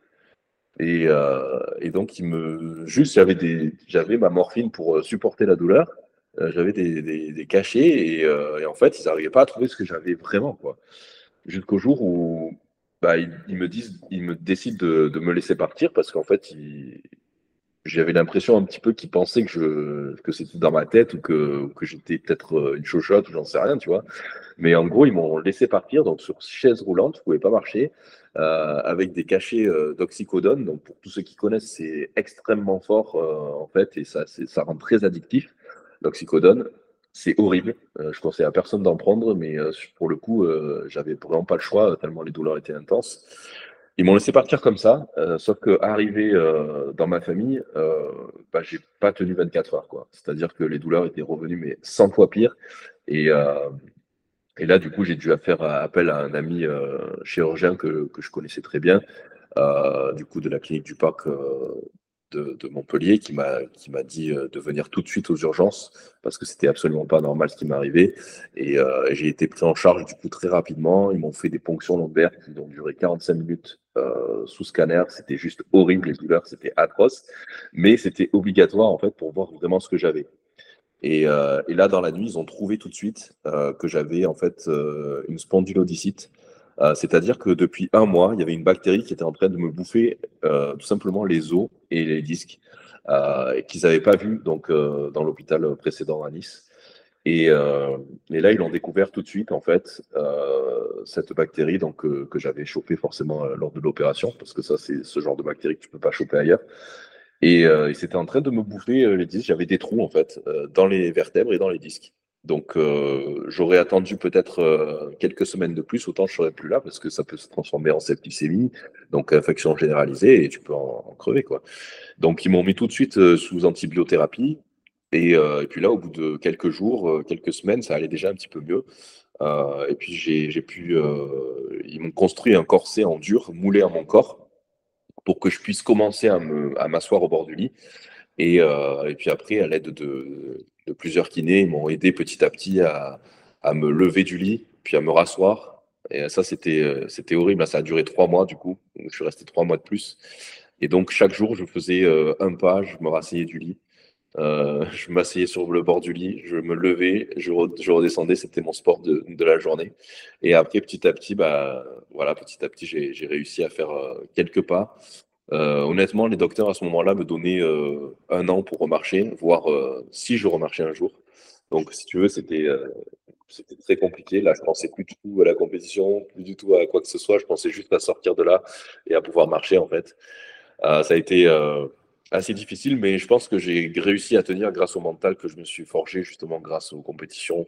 Et donc, juste, j'avais ma morphine pour supporter la douleur. j'avais des cachets et en fait, ils n'arrivaient pas à trouver ce que j'avais vraiment, quoi. Jusqu'au jour où bah, ils me décident de me laisser partir parce qu'en fait, j'avais l'impression un petit peu qu'ils pensaient que c'était dans ma tête ou que j'étais peut-être une chochotte ou j'en sais rien, tu vois. Mais en gros, ils m'ont laissé partir donc sur chaise roulante, je pouvais pas marcher, avec des cachets d'oxycodone. Donc pour tous ceux qui connaissent, c'est extrêmement fort en fait et ça rend très addictif. L'oxycodone, c'est horrible. Je conseille à personne d'en prendre, mais pour le coup, j'avais vraiment pas le choix tellement les douleurs étaient intenses. Ils m'ont laissé partir comme ça, sauf que arrivé dans ma famille, bah, j'ai pas tenu 24 heures, quoi. C'est-à-dire que les douleurs étaient revenues mais 100 fois pire. Et, euh, et là, du coup, j'ai dû faire appel à un ami chirurgien que je connaissais très bien, du coup, de la clinique du Parc de Montpellier, qui m'a dit de venir tout de suite aux urgences parce que c'était absolument pas normal ce qui m'arrivait. Et j'ai été pris en charge du coup très rapidement. Ils m'ont fait des ponctions lombaires qui ont duré 45 minutes sous scanner. C'était juste horrible, les douleurs, c'était atroce, mais c'était obligatoire en fait pour voir vraiment ce que j'avais. Et là, dans la nuit, ils ont trouvé tout de suite que j'avais en fait une spondylodicite. C'est-à-dire que depuis un mois, il y avait une bactérie qui était en train de me bouffer tout simplement les os et les disques et qu'ils n'avaient pas vu donc, dans l'hôpital précédent à Nice. Et, euh, et là, ils l'ont découvert tout de suite, en fait, cette bactérie donc, que j'avais chopée forcément lors de l'opération, parce que ça, c'est ce genre de bactérie que tu ne peux pas choper ailleurs. Et c'était en train de me bouffer les disques. J'avais des trous, en fait, dans les vertèbres et dans les disques. Donc, j'aurais attendu peut-être quelques semaines de plus, autant je ne serais plus là, parce que ça peut se transformer en septicémie, donc infection généralisée, et tu peux en crever, quoi. Donc, ils m'ont mis tout de suite sous antibiothérapie. Et puis là, au bout de quelques jours, quelques semaines, ça allait déjà un petit peu mieux. Et puis, ils m'ont construit un corset en dur, moulé à mon corps, pour que je puisse commencer à m'asseoir au bord du lit. Et puis après, à l'aide de plusieurs kinés, ils m'ont aidé petit à petit à me lever du lit, puis à me rasseoir. Et ça, c'était horrible. Ça a duré 3 mois, du coup. Donc, je suis resté 3 mois de plus. Et donc, chaque jour, je faisais un pas, je me rasseyais du lit. Je m'asseyais sur le bord du lit, je me levais, je redescendais, c'était mon sport de la journée. Et après, petit à petit, bah, voilà, petit à petit, j'ai réussi à faire quelques pas. Honnêtement, les docteurs à ce moment-là me donnaient 1 an pour remarcher, voire si je remarchais un jour. Donc, si tu veux, c'était très compliqué. Là, je pensais plus du tout à la compétition, plus du tout à quoi que ce soit. Je pensais juste à sortir de là et à pouvoir marcher, en fait. Ça a été assez difficile, mais je pense que j'ai réussi à tenir grâce au mental que je me suis forgé justement grâce aux compétitions.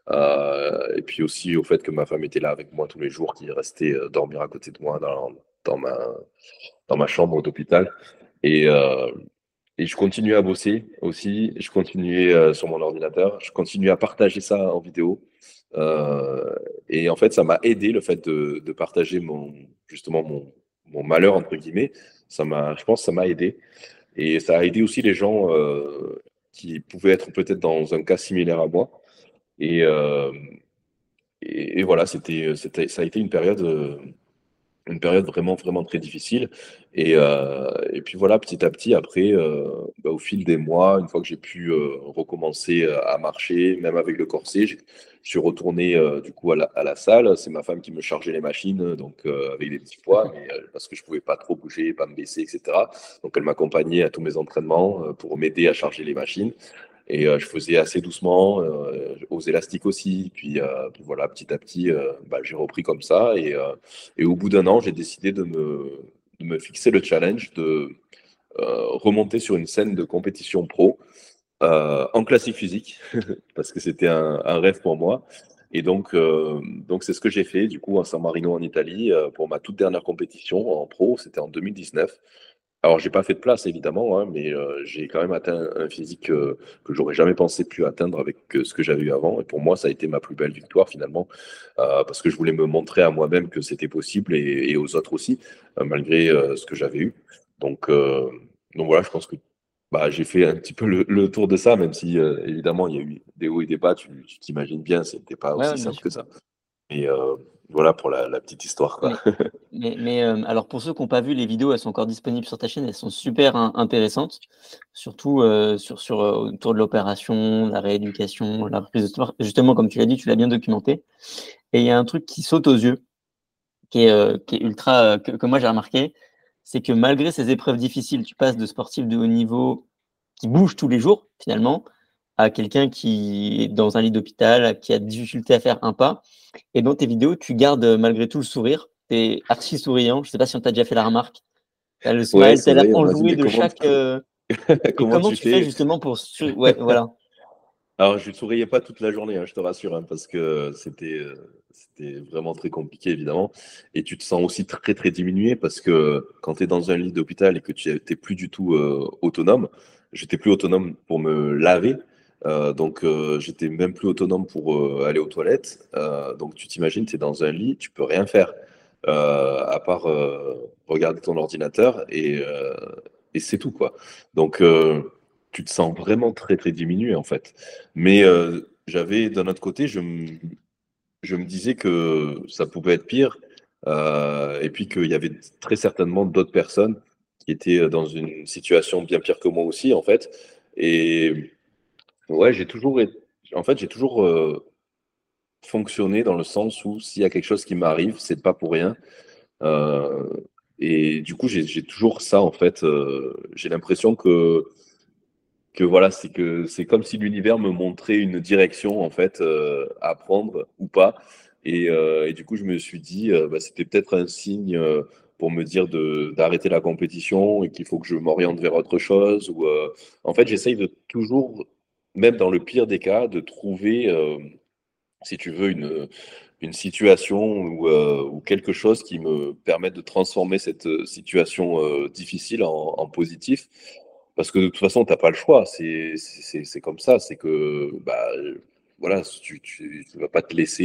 Et puis aussi au fait que ma femme était là avec moi tous les jours, qui restait dormir à côté de moi dans dans ma chambre d'hôpital. Et, euh, et je continuais à bosser aussi, je continuais sur mon ordinateur, je continuais à partager ça en vidéo. Euh, et en fait, ça m'a aidé le fait de partager justement mon malheur, entre guillemets. Je pense que ça m'a aidé. Et ça a aidé aussi les gens qui pouvaient être peut-être dans un cas similaire à moi. Et, euh, et voilà, ça a été une période vraiment, vraiment très difficile. Et puis voilà, petit à petit, après, bah, au fil des mois, une fois que j'ai pu recommencer à marcher, même avec le corset, je suis retourné du coup à la salle. C'est ma femme qui me chargeait les machines, donc avec des petits poids, mais parce que je pouvais pas trop bouger, pas me baisser, etc. Donc elle m'accompagnait à tous mes entraînements pour m'aider à charger les machines. Et je faisais assez doucement, aux élastiques aussi. Puis voilà, petit à petit, bah, j'ai repris comme ça. Et au bout d'1 an, j'ai décidé de me fixer le challenge de remonter sur une scène de compétition pro en classique physique, parce que c'était un rêve pour moi. Et donc c'est ce que j'ai fait du coup à San Marino en Italie pour ma toute dernière compétition en pro, c'était en 2019. Alors, j'ai pas fait de place, évidemment, hein, mais j'ai quand même atteint un physique que j'aurais jamais pensé pu atteindre avec ce que j'avais eu avant. Et pour moi, ça a été ma plus belle victoire, finalement, parce que je voulais me montrer à moi-même que c'était possible et aux autres aussi, malgré ce que j'avais eu. Donc, euh, donc voilà, je pense que bah, j'ai fait un petit peu le tour de ça, même si, évidemment, il y a eu des hauts et des bas, tu t'imagines bien, c'était pas Ouais, aussi ouais, bien simple sûr. que ça. Mais, euh, Voilà pour la petite histoire, quoi. Mais, alors pour ceux qui n'ont pas vu les vidéos, elles sont encore disponibles sur ta chaîne, elles sont super intéressantes, surtout autour de l'opération, la rééducation, la reprise de sport. Justement, comme tu l'as dit, tu l'as bien documenté. Et il y a un truc qui saute aux yeux, qui est ultra, que moi j'ai remarqué, c'est que malgré ces épreuves difficiles, tu passes de sportif de haut niveau qui bouge tous les jours, finalement, à quelqu'un qui est dans un lit d'hôpital, qui a difficulté à faire un pas. Et dans tes vidéos, tu gardes malgré tout le sourire. Tu es archi souriant. Je sais pas si on t'a déjà fait la remarque. Tu as le Ouais, smile, tu c'est as l'air vrai, on m'a dit, enjoué mais de chaque. Et comment comment tu tu fais fais? justement pour. Ouais, voilà. Alors, je ne souriais pas toute la journée, hein, je te rassure, hein, parce que c'était vraiment très compliqué, évidemment. Et tu te sens aussi très, très diminué parce que quand tu es dans un lit d'hôpital et que tu n'es plus du tout autonome, j'étais plus autonome pour me laver. Donc, j'étais même plus autonome pour aller aux toilettes. Donc, tu t'imagines, tu es dans un lit, tu peux rien faire à part regarder ton ordinateur et c'est tout, quoi. Donc, tu te sens vraiment très, très diminué, en fait. Mais j'avais, d'un autre côté, je me disais que ça pouvait être pire, et puis qu'il y avait très certainement d'autres personnes qui étaient dans une situation bien pire que moi aussi, en fait. Et ouais, en fait, j'ai toujours fonctionné dans le sens où s'il y a quelque chose qui m'arrive, c'est pas pour rien. Euh, et du coup, j'ai toujours ça, en fait. J'ai l'impression que voilà, c'est comme si l'univers me montrait une direction en fait à prendre ou pas. Et du coup, je me suis dit, bah, c'était peut-être un signe pour me dire d'arrêter la compétition et qu'il faut que je m'oriente vers autre chose. Ou, en fait, j'essaye de toujours, même dans le pire des cas, de trouver, si tu veux, une situation ou quelque chose qui me permette de transformer cette situation difficile en positif. Parce que de toute façon, tu n'as pas le choix. C'est comme ça. C'est que, bah, voilà, tu ne vas pas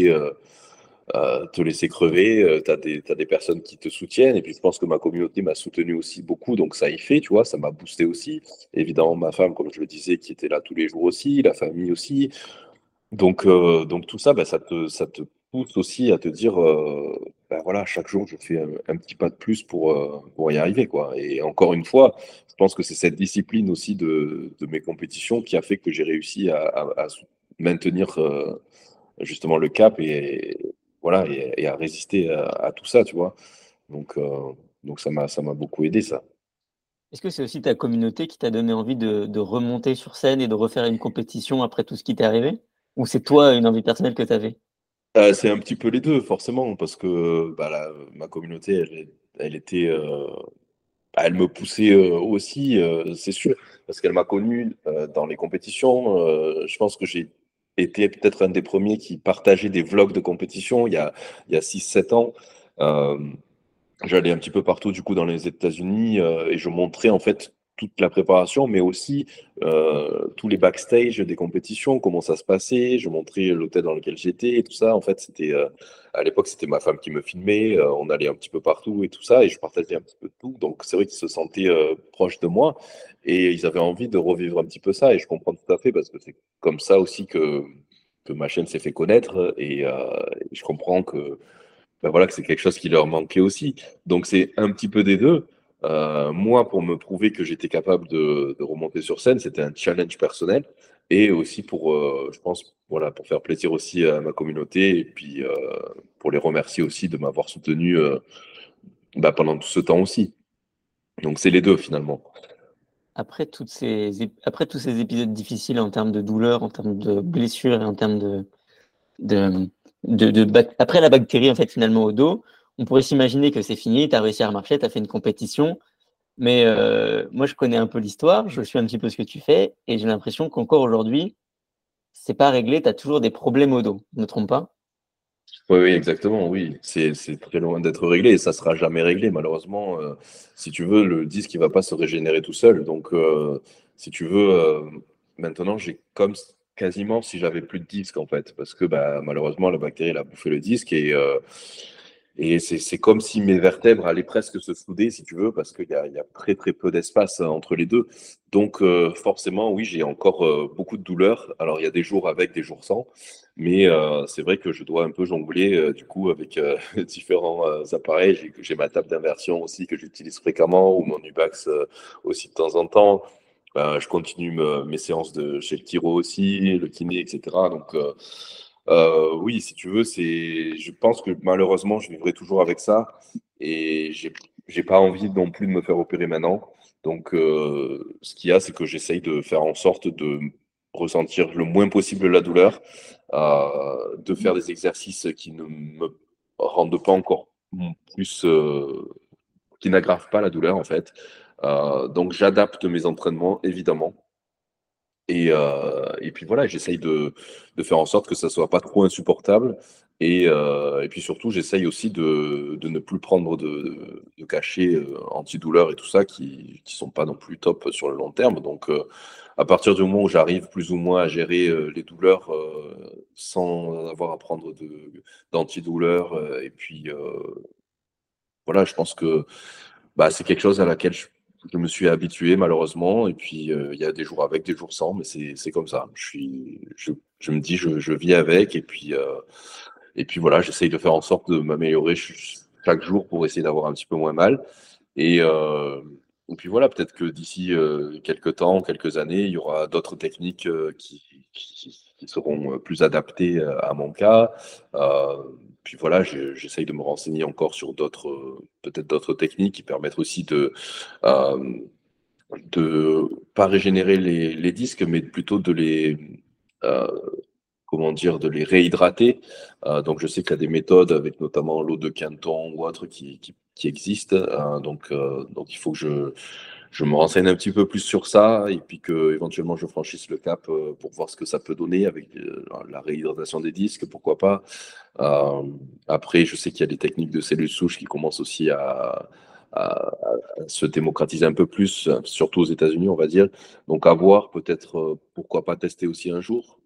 te laisser crever. T'as des personnes qui te soutiennent. Et puis, je pense que ma communauté m'a soutenu aussi beaucoup. Donc, ça y fait, tu vois, ça m'a boosté aussi. Évidemment, ma femme, comme je le disais, qui était là tous les jours aussi, la famille aussi. Donc tout ça, bah, ça te pousse aussi à te dire, bah, voilà, chaque jour, je fais un petit pas de plus pour y arriver, quoi. Et encore une fois, je pense que c'est cette discipline aussi de mes compétitions qui a fait que j'ai réussi à maintenir justement le cap voilà, et à résister à tout ça, tu vois. Donc, euh, donc ça m'a beaucoup aidé, ça. Est-ce que c'est aussi ta communauté qui t'a donné envie de remonter sur scène et de refaire une compétition après tout ce qui t'est arrivé? Ou c'est toi une envie personnelle que tu avais? C'est un petit peu les deux, forcément, parce que bah, ma communauté, elle était, elle me poussait aussi, c'est sûr, parce qu'elle m'a connu dans les compétitions. Je pense que j'ai été peut-être un des premiers qui partageait des vlogs de compétition il y a 6 7 ans. Euh, J'allais un petit peu partout du coup dans les États-Unis et je montrais en fait toute la préparation, mais aussi tous les backstage des compétitions, comment ça se passait. Je montrais l'hôtel dans lequel j'étais et tout ça. En fait, à l'époque, c'était ma femme qui me filmait. On allait un petit peu partout et tout ça, et je partageais un petit peu de tout. Donc c'est vrai qu'ils se sentaient proches de moi et ils avaient envie de revivre un petit peu ça. Et je comprends tout à fait parce que c'est comme ça aussi que ma chaîne s'est fait connaître et je comprends que ben voilà, que c'est quelque chose qui leur manquait aussi. Donc c'est un petit peu des deux. Moi, pour me prouver que j'étais capable de remonter sur scène, c'était un challenge personnel et aussi pour, je pense, voilà, pour faire plaisir aussi à ma communauté et puis pour les remercier aussi de m'avoir soutenu bah, pendant tout ce temps aussi. Donc c'est les deux finalement. Après tous ces épisodes difficiles en termes de douleur, en termes de blessures et en termes de, après la bactérie, en fait, finalement, au dos, on pourrait s'imaginer que c'est fini, tu as réussi à remarcher, tu as fait une compétition. Mais moi, je connais un peu l'histoire, je suis un petit peu ce que tu fais, et j'ai l'impression qu'encore aujourd'hui, c'est pas réglé, tu as toujours des problèmes au dos. Je ne me trompe pas? Oui, oui, exactement, oui. C'est très loin d'être réglé et ça sera jamais réglé, malheureusement. Si tu veux, le disque, il va pas se régénérer tout seul. Donc, si tu veux, maintenant, j'ai comme quasiment si j'avais plus de disque, en fait. Parce que, bah, malheureusement, la bactérie, elle a bouffé le disque Et c'est comme si mes vertèbres allaient presque se souder, si tu veux, parce qu'il y a très très peu d'espace entre les deux. Donc forcément, oui, j'ai encore beaucoup de douleurs. Alors il y a des jours avec, des jours sans, mais c'est vrai que je dois un peu jongler du coup avec différents appareils. J'ai ma table d'inversion aussi que j'utilise fréquemment, ou mon Ubax aussi de temps en temps. Je continue mes séances chez le chiro aussi, le kiné, etc. Donc, oui, si tu veux, je pense que malheureusement, je vivrai toujours avec ça et j'ai pas envie non plus de me faire opérer maintenant. Donc, ce qu'il y a, c'est que j'essaye de faire en sorte de ressentir le moins possible la douleur, de faire des exercices qui ne me rendent pas encore plus, qui n'aggravent pas la douleur en fait. Donc, j'adapte mes entraînements, évidemment. Et puis voilà, j'essaye de faire en sorte que ça soit pas trop insupportable. Et puis surtout, j'essaye aussi de ne plus prendre de cachets antidouleurs et tout ça qui sont pas non plus top sur le long terme. Donc, à partir du moment où j'arrive plus ou moins à gérer les douleurs sans avoir à prendre d'antidouleurs, et puis voilà, je pense que bah, c'est quelque chose à laquelle je me suis habitué malheureusement. Et puis il y a des jours avec, des jours sans, mais c'est comme ça. Je me dis, je vis avec. Et puis voilà, j'essaye de faire en sorte de m'améliorer chaque jour pour essayer d'avoir un petit peu moins mal. Et, euh, et puis voilà, peut-être que d'ici quelques temps, quelques années, il y aura d'autres techniques qui seront plus adaptées à mon cas. Euh, Puis voilà, j'essaye de me renseigner encore sur peut-être d'autres techniques qui permettent aussi euh, de pas régénérer les disques, mais plutôt euh, comment dire, de les réhydrater. Donc, je sais qu'il y a des méthodes avec notamment l'eau de Canton ou autre qui existent. Donc, il faut que je me renseigne un petit peu plus sur ça et puis que éventuellement je franchisse le cap pour voir ce que ça peut donner avec la réhydratation des disques, pourquoi pas. Euh, Après, je sais qu'il y a des techniques de cellules souches qui commencent aussi à se démocratiser un peu plus, surtout aux États-Unis, on va dire. Donc, à voir, peut-être, pourquoi pas tester aussi un jour.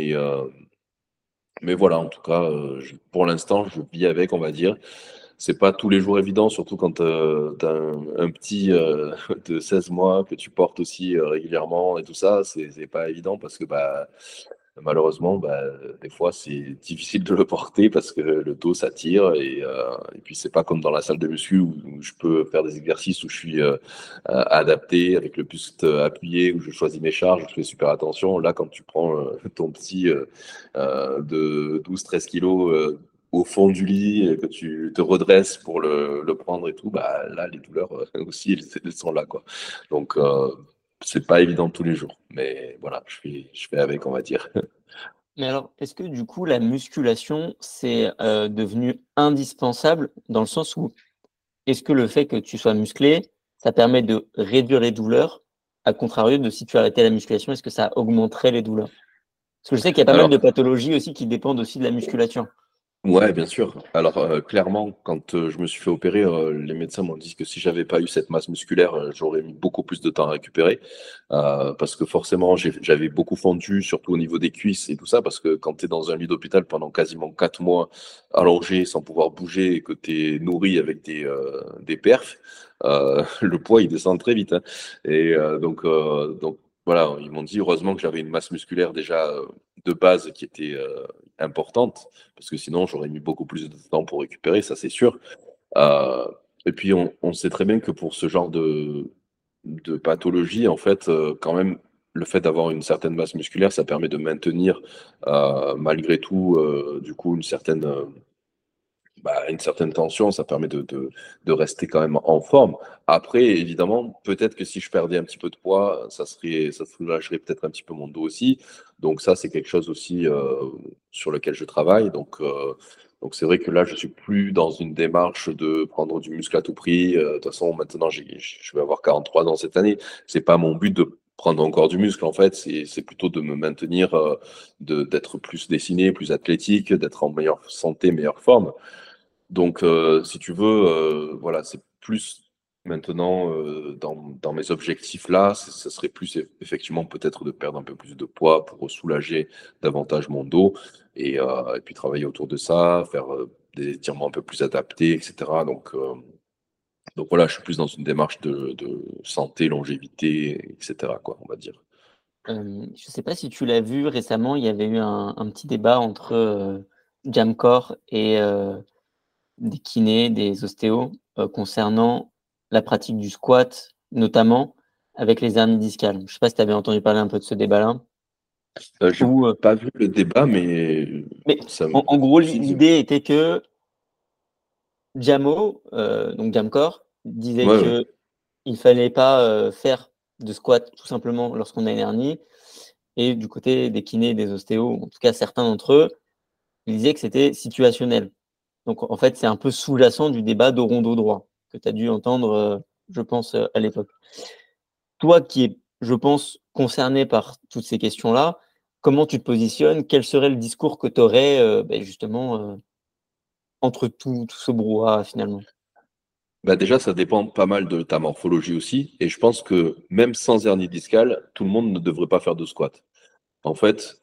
Mais voilà, en tout cas, pour l'instant, je vis avec, on va dire. C'est pas tous les jours évident, surtout quand tu as un petit de 16 mois que tu portes aussi régulièrement et tout ça. C'est pas évident parce que bah, malheureusement, bah, des fois, c'est difficile de le porter parce que le dos s'attire et puis c'est pas comme dans la salle de muscu où je peux faire des exercices où je suis adapté avec le buste appuyé, où je choisis mes charges, je fais super attention. Là, quand tu prends ton petit de 12-13 kilos au fond du lit et que tu te redresses pour le prendre et tout, bah là, les douleurs aussi, elles sont là, quoi. Donc, c'est pas évident tous les jours, mais voilà, je fais avec, on va dire. Mais alors, est-ce que du coup, la musculation, c'est devenu indispensable dans le sens où est-ce que le fait que tu sois musclé, ça permet de réduire les douleurs, à contrario de si tu arrêtais la musculation, est-ce que ça augmenterait les douleurs? Parce que je sais qu'il y a pas mal de Alors, pathologies aussi qui dépendent aussi de la musculation. ouais, bien sûr. Alors, clairement, quand je me suis fait opérer, les médecins m'ont dit que si j'avais pas eu cette masse musculaire, j'aurais mis beaucoup plus de temps à récupérer. Parce que forcément, j'avais beaucoup fondu, surtout au niveau des cuisses et tout ça, parce que quand tu es dans un lit d'hôpital pendant quasiment 4 mois, allongé, sans pouvoir bouger, et que tu es nourri avec des perfs, le poids, il descend très vite, hein. Donc, voilà, ils m'ont dit, heureusement que j'avais une masse musculaire déjà de base qui était importante parce que sinon j'aurais mis beaucoup plus de temps pour récupérer, ça c'est sûr. Euh, et puis on sait très bien que pour ce genre de pathologie, en fait, quand même, le fait d'avoir une certaine masse musculaire, ça permet de maintenir malgré tout, du coup, une certaine tension, ça permet de rester quand même en forme. Après, évidemment, peut-être que si je perdais un petit peu de poids, ça soulagerait peut-être un petit peu mon dos aussi. Donc ça, c'est quelque chose aussi sur lequel je travaille. Donc c'est vrai que là, je suis plus dans une démarche de prendre du muscle à tout prix. De toute façon, maintenant, je vais avoir 43 ans cette année. C'est pas mon but de prendre encore du muscle, en fait. C'est plutôt de me maintenir, d'être plus dessiné, plus athlétique, d'être en meilleure santé, meilleure forme. Donc, si tu veux, voilà, c'est plus maintenant dans mes objectifs là, ce serait plus effectivement peut-être de perdre un peu plus de poids pour soulager davantage mon dos et puis travailler autour de ça, faire des étirements un peu plus adaptés, etc. Donc voilà, je suis plus dans une démarche de santé, longévité, etc., quoi, on va dire. Je ne sais pas si tu l'as vu récemment, il y avait eu un petit débat entre Jamcore et des kinés, des ostéos, concernant la pratique du squat, notamment avec les hernies discales. Je ne sais pas si tu avais entendu parler un peu de ce débat-là. J'ai Où, pas vu le débat, mais mais ça me en gros, si, l'idée était que Jamo, donc Jamcore, disait ouais, ouais. que il fallait pas faire de squat tout simplement lorsqu'on a une hernie. Et du côté des kinés et des ostéos, en tout cas certains d'entre eux, ils disaient que c'était situationnel. Donc en fait, c'est un peu sous-jacent du débat dos rond dos droit que tu as dû entendre, je pense, à l'époque. Toi qui es, je pense, concerné par toutes ces questions-là, comment tu te positionnes? Quel serait le discours que tu aurais justement entre tout ce brouhaha finalement? Bah déjà, ça dépend pas mal de ta morphologie aussi. Et je pense que même sans hernie discale, tout le monde ne devrait pas faire de squat. En fait,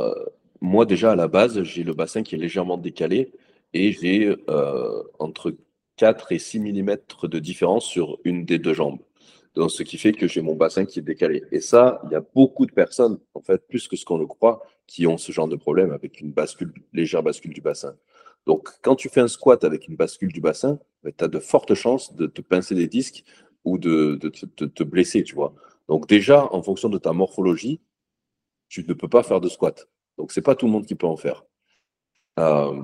moi déjà à la base, j'ai le bassin qui est légèrement décalé et j'ai entre 4 et 6 millimètres de différence sur une des deux jambes. Donc, ce qui fait que j'ai mon bassin qui est décalé. Et ça, il y a beaucoup de personnes, en fait, plus que ce qu'on le croit, qui ont ce genre de problème avec une bascule, légère bascule du bassin. Donc, quand tu fais un squat avec une bascule du bassin, tu as de fortes chances de te pincer des disques ou de te blesser, tu vois. Donc, déjà, en fonction de ta morphologie, tu ne peux pas faire de squat. Donc, c'est pas tout le monde qui peut en faire. Euh,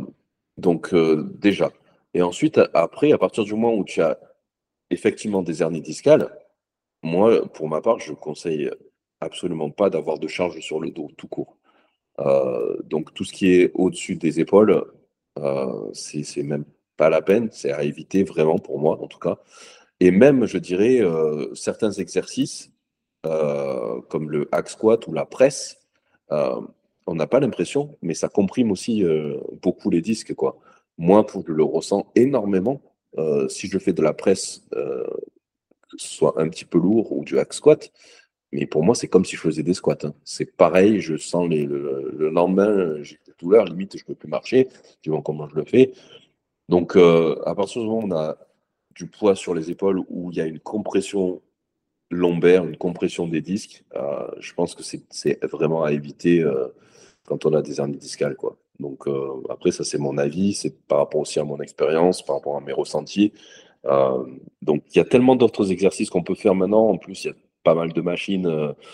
déjà. Et ensuite, après, à partir du moment où tu as effectivement des hernies discales, moi, pour ma part, je conseille absolument pas d'avoir de charge sur le dos tout court. Donc, tout ce qui est au-dessus des épaules, c'est même pas la peine, c'est à éviter vraiment pour moi, en tout cas. Et même, je dirais, certains exercices, comme le hack squat ou la presse, euh, on n'a pas l'impression, mais ça comprime aussi beaucoup les disques, quoi. Moi, je le ressens énormément. Si je fais de la presse, que ce soit un petit peu lourd ou du hack squat, mais pour moi, c'est comme si je faisais des squats, hein. C'est pareil, je sens le lendemain, j'ai des douleurs, limite, je ne peux plus marcher, tu vois comment je le fais. Donc, à partir du moment où on a du poids sur les épaules, où il y a une compression lombaire, une compression des disques, je pense que c'est vraiment à éviter quand on a des hernies discales, quoi. Donc, après, ça, c'est mon avis, c'est par rapport aussi à mon expérience, par rapport à mes ressentis. Euh, donc, il y a tellement d'autres exercices qu'on peut faire maintenant. En plus, il y a pas mal de machines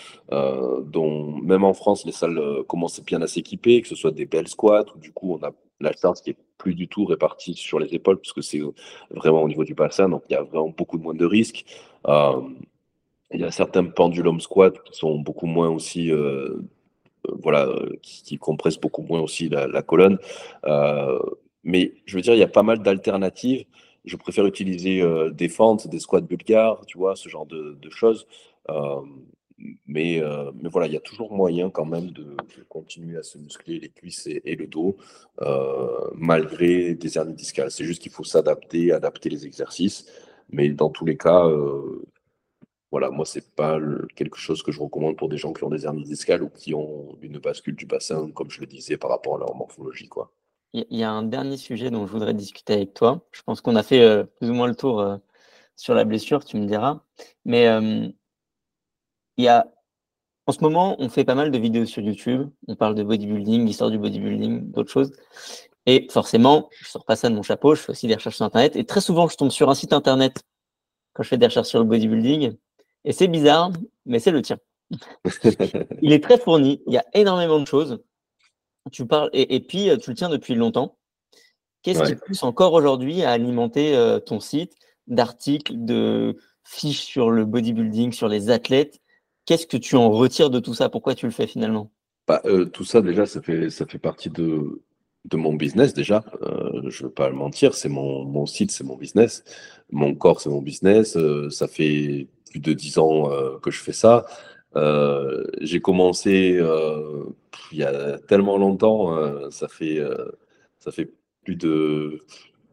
dont, même en France, les salles commencent bien à s'équiper, que ce soit des belles squats, où du coup, on a la charge qui est plus du tout répartie sur les épaules, puisque c'est vraiment au niveau du bassin, donc il y a vraiment beaucoup moins de risques. Euh, il y a certains pendulum squats qui sont beaucoup moins aussi, voilà, qui compressent beaucoup moins aussi la colonne. Euh, mais je veux dire, il y a pas mal d'alternatives. Je préfère utiliser des fentes, des squats bulgares, tu vois, ce genre de choses. Euh, mais voilà, il y a toujours moyen quand même de continuer à se muscler les cuisses et le dos, malgré des hernies discales. C'est juste qu'il faut s'adapter, adapter les exercices. Mais dans tous les cas, voilà, moi, c'est pas quelque chose que je recommande pour des gens qui ont des hernies discales ou qui ont une bascule du bassin, comme je le disais, par rapport à leur morphologie, quoi. Il y a un dernier sujet dont je voudrais discuter avec toi. Je pense qu'on a fait plus ou moins le tour sur la blessure, tu me diras. Mais il y a, en ce moment, on fait pas mal de vidéos sur YouTube. On parle de bodybuilding, l'histoire du bodybuilding, d'autres choses. Et forcément, je sors pas ça de mon chapeau, je fais aussi des recherches sur Internet. Et très souvent, je tombe sur un site Internet quand je fais des recherches sur le bodybuilding. Et c'est bizarre, mais c'est le tien. Il est très fourni, il y a énormément de choses. Tu parles, et puis tu le tiens depuis longtemps. Qu'est-ce qui Ouais. te pousse encore aujourd'hui à alimenter ton site d'articles, de fiches sur le bodybuilding, sur les athlètes? Qu'est-ce que tu en retires de tout ça? Pourquoi tu le fais finalement? Bah, tout ça, déjà, ça fait partie de mon business, déjà. Je ne veux pas le mentir, c'est mon site, c'est mon business. Mon corps, c'est mon business. Ça fait plus de 10 ans que je fais ça. J'ai commencé il y a tellement longtemps, ça fait plus de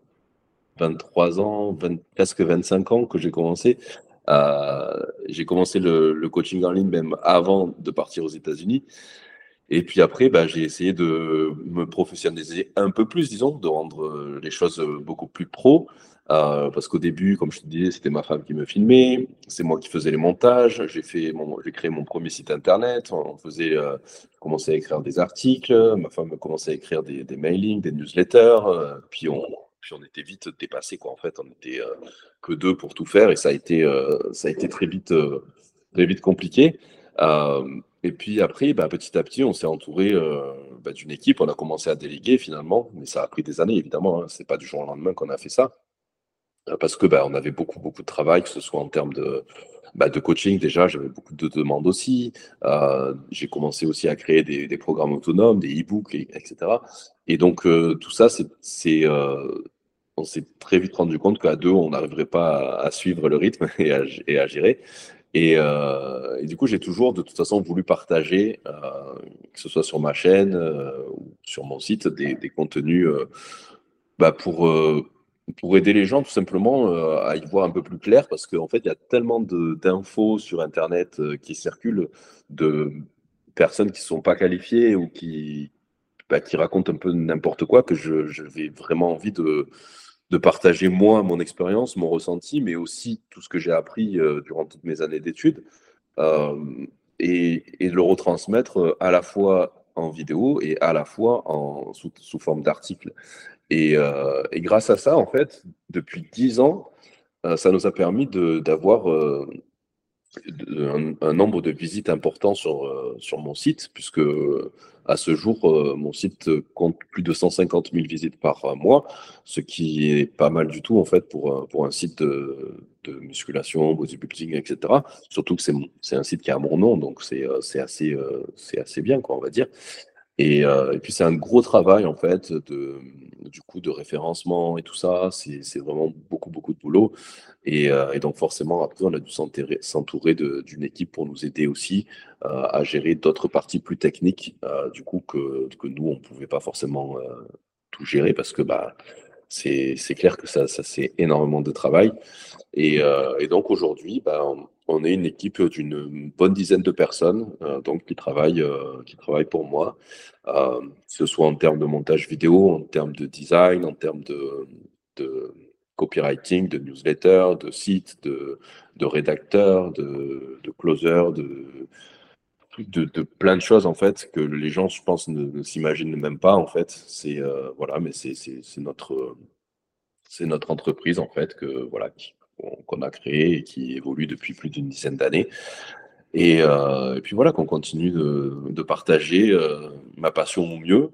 23 ans, presque 25 ans que j'ai commencé. J'ai commencé le coaching en ligne même avant de partir aux États-Unis. Et puis après, bah, j'ai essayé de me professionnaliser un peu plus, disons, de rendre les choses beaucoup plus pro. Parce qu'au début, comme je te disais, c'était ma femme qui me filmait, c'est moi qui faisais les montages, j'ai créé mon premier site internet, je commençais à écrire des articles, ma femme a commencé à écrire des mailings, des newsletters, puis on était vite dépassés, quoi. En fait, on était que deux pour tout faire et ça a été très vite compliqué. Et puis après, bah, petit à petit, on s'est entouré bah, d'une équipe. On a commencé à déléguer finalement, mais ça a pris des années évidemment. Hein. C'est pas du jour au lendemain qu'on a fait ça, parce que bah, on avait beaucoup de travail, que ce soit en termes de coaching déjà. J'avais beaucoup de demandes aussi. J'ai commencé aussi à créer des programmes autonomes, des e-books, etc. Et donc tout ça, on s'est très vite rendu compte qu'à deux, on n'arriverait pas à suivre le rythme et à gérer. Et du coup, j'ai toujours, de toute façon, voulu partager, que ce soit sur ma chaîne ou sur mon site, des contenus bah, pour aider les gens, tout simplement, à y voir un peu plus clair, parce qu'en fait, il y a tellement d'infos sur Internet qui circulent de personnes qui ne sont pas qualifiées ou qui racontent un peu n'importe quoi, que j'avais vraiment envie de partager moi mon expérience, mon ressenti, mais aussi tout ce que j'ai appris durant toutes mes années d'études euh, et de le retransmettre à la fois en vidéo et à la fois sous forme d'article. Et grâce à ça, en fait, depuis 10 ans, ça nous a permis d'avoir un nombre de visites important sur mon site, puisque à ce jour, mon site compte plus de 150 000 visites par mois, ce qui est pas mal du tout en fait pour un site de musculation, bodybuilding, etc. Surtout que c'est un site qui a mon nom, donc c'est assez bien, quoi, on va dire. Et puis c'est un gros travail en fait du coup de référencement et tout ça. C'est vraiment beaucoup de boulot. Et donc forcément après on a dû s'entourer d'une équipe pour nous aider aussi à gérer d'autres parties plus techniques du coup que nous on pouvait pas forcément tout gérer parce que bah c'est clair que ça c'est énormément de travail. Et donc aujourd'hui, bah, on est une équipe d'une bonne dizaine de personnes donc qui travaillent pour moi, que ce soit en termes de montage vidéo, en termes de design, en termes de copywriting, de newsletter, de site, de rédacteur, de closer, de plein de choses en fait que les gens, je pense, ne s'imaginent même pas en fait. Voilà, mais c'est notre entreprise en fait qu'on a créée et qui évolue depuis plus d'une dizaine d'années. Et puis voilà, qu'on continue de partager ma passion au mieux.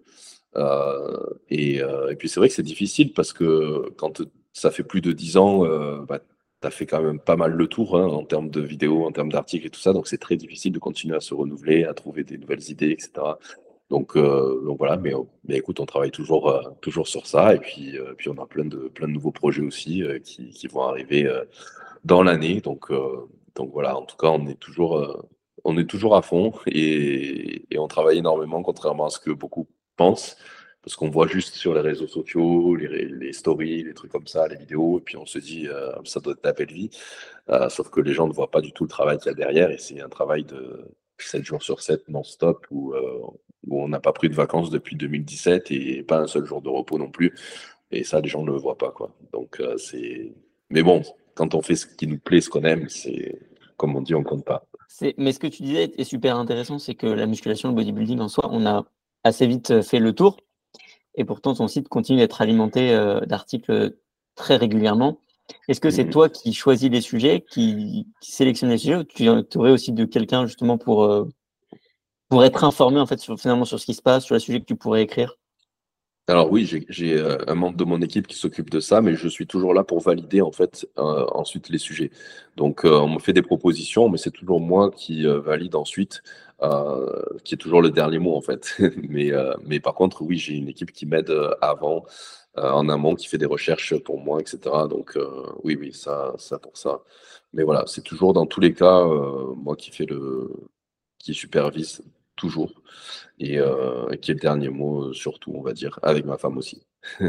Et puis c'est vrai que c'est difficile parce que quand ça fait plus de 10 ans, bah, tu as fait quand même pas mal le tour hein, en termes de vidéos, en termes d'articles et tout ça. Donc c'est très difficile de continuer à se renouveler, à trouver des nouvelles idées, etc. Donc voilà, mais écoute, on travaille toujours sur ça. Et puis on a plein de nouveaux projets aussi qui vont arriver dans l'année. Donc voilà, en tout cas, on est toujours à fond et on travaille énormément, contrairement à ce que beaucoup pensent. Parce qu'on voit juste sur les réseaux sociaux, les stories, les trucs comme ça, les vidéos, et puis on se dit, ça doit être la belle vie. Sauf que les gens ne voient pas du tout le travail qu'il y a derrière, et c'est un travail de 7 jours sur 7 non-stop, où on n'a pas pris de vacances depuis 2017 et pas un seul jour de repos non plus. Et ça, les gens ne le voient pas, quoi. Donc, Mais bon, quand on fait ce qui nous plaît, ce qu'on aime, c'est, comme on dit, on compte pas. Mais ce que tu disais est super intéressant, c'est que la musculation, le bodybuilding en soi, on a assez vite fait le tour. Et pourtant, ton site continue d'être alimenté d'articles très régulièrement. Est-ce que c'est Mhm. toi qui choisis les sujets, qui sélectionne les sujets, ou tu aurais aussi de quelqu'un justement pour être informé en fait finalement sur ce qui se passe, sur les sujets que tu pourrais écrire? Alors oui, j'ai un membre de mon équipe qui s'occupe de ça, mais je suis toujours là pour valider en fait ensuite les sujets. Donc on me fait des propositions, mais c'est toujours moi qui valide ensuite, qui est toujours le dernier mot en fait. Mais par contre, oui, j'ai une équipe qui m'aide avant, en amont, qui fait des recherches pour moi, etc. Donc oui, ça pour ça. Mais voilà, c'est toujours dans tous les cas moi qui supervise toujours et qui est le dernier mot surtout, on va dire, avec ma femme aussi.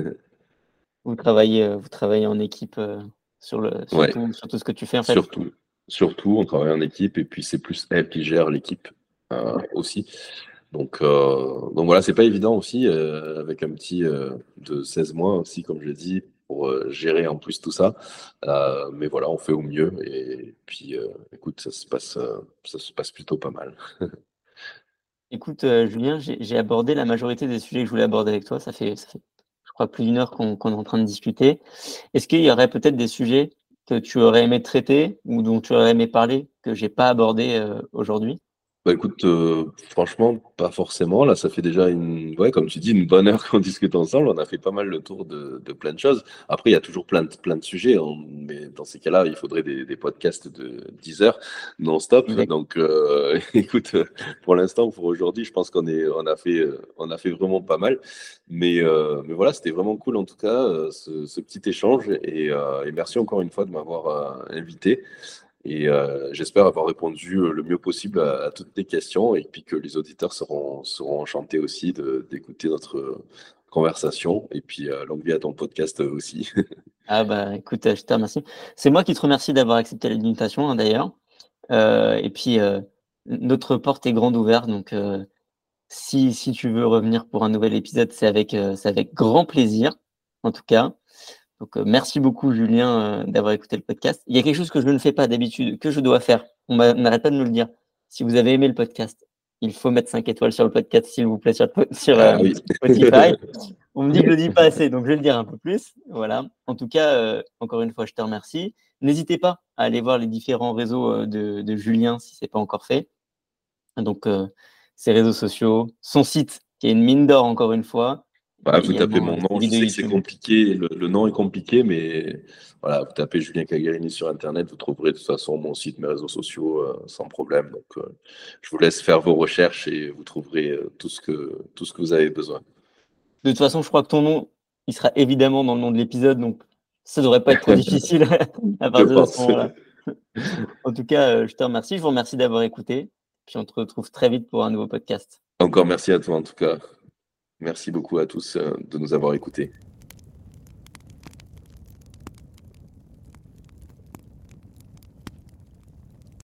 Vous travaillez en équipe Ouais, sur tout ce que tu fais en fait. surtout, on travaille en équipe et puis c'est plus elle qui gère l'équipe aussi. Donc voilà, c'est pas évident aussi avec un petit de 16 mois aussi, comme je l'ai dit, pour gérer en plus tout ça. Mais voilà, on fait au mieux et puis écoute, ça se passe plutôt pas mal. Écoute, Julien, j'ai abordé la majorité des sujets que je voulais aborder avec toi. Ça fait je crois plus d'1 heure qu'on est en train de discuter. Est-ce qu'il y aurait peut-être des sujets que tu aurais aimé traiter ou dont tu aurais aimé parler que j'ai pas abordé, aujourd'hui? Bah écoute, franchement, pas forcément. Là, ça fait déjà ouais, comme tu dis, une bonne heure qu'on discute ensemble. On a fait pas mal le tour de plein de choses. Après, il y a toujours plein de sujets, mais dans ces cas-là, il faudrait des podcasts de 10 heures non-stop. Exact. Donc, écoute, pour l'instant, pour aujourd'hui, je pense on a fait vraiment pas mal. Mais voilà, c'était vraiment cool en tout cas, ce petit échange. Et merci encore une fois de m'avoir invité. Et j'espère avoir répondu le mieux possible à toutes tes questions et puis que les auditeurs seront enchantés aussi d'écouter notre conversation. Et puis longue vie à ton podcast aussi. Ah bah, écoute, je te remercie. C'est moi qui te remercie d'avoir accepté l'invitation, hein, d'ailleurs. Et puis, notre porte est grande ouverte, donc si tu veux revenir pour un nouvel épisode, c'est avec grand plaisir, en tout cas. Donc, merci beaucoup Julien, d'avoir écouté le podcast. Il y a quelque chose que je ne fais pas d'habitude, que je dois faire. On n'arrête pas de me le dire. Si vous avez aimé le podcast, il faut mettre 5 étoiles sur le podcast, s'il vous plaît, Ah oui. Spotify. On me dit que je le dis pas assez, donc je vais le dire un peu plus. Voilà. En tout cas, encore une fois, je te remercie. N'hésitez pas à aller voir les différents réseaux, de Julien si c'est pas encore fait. Donc, ses réseaux sociaux, son site qui est une mine d'or encore une fois, Voilà, et vous tapez également, mon ses nom. Je vidéos sais que c'est YouTube. compliqué. Le nom est compliqué, mais voilà, vous tapez Julien Cagarini sur Internet. Vous trouverez de toute façon mon site, mes réseaux sociaux sans problème. Donc, je vous laisse faire vos recherches et vous trouverez tout ce que vous avez besoin. De toute façon, je crois que ton nom, il sera évidemment dans le nom de l'épisode, donc ça devrait pas être trop difficile à Je partir de ce pense. moment-là. En tout cas, je te remercie. Je vous remercie d'avoir écouté. Puis on te retrouve très vite pour un nouveau podcast. Encore merci à toi en tout cas. Merci beaucoup à tous de nous avoir écoutés.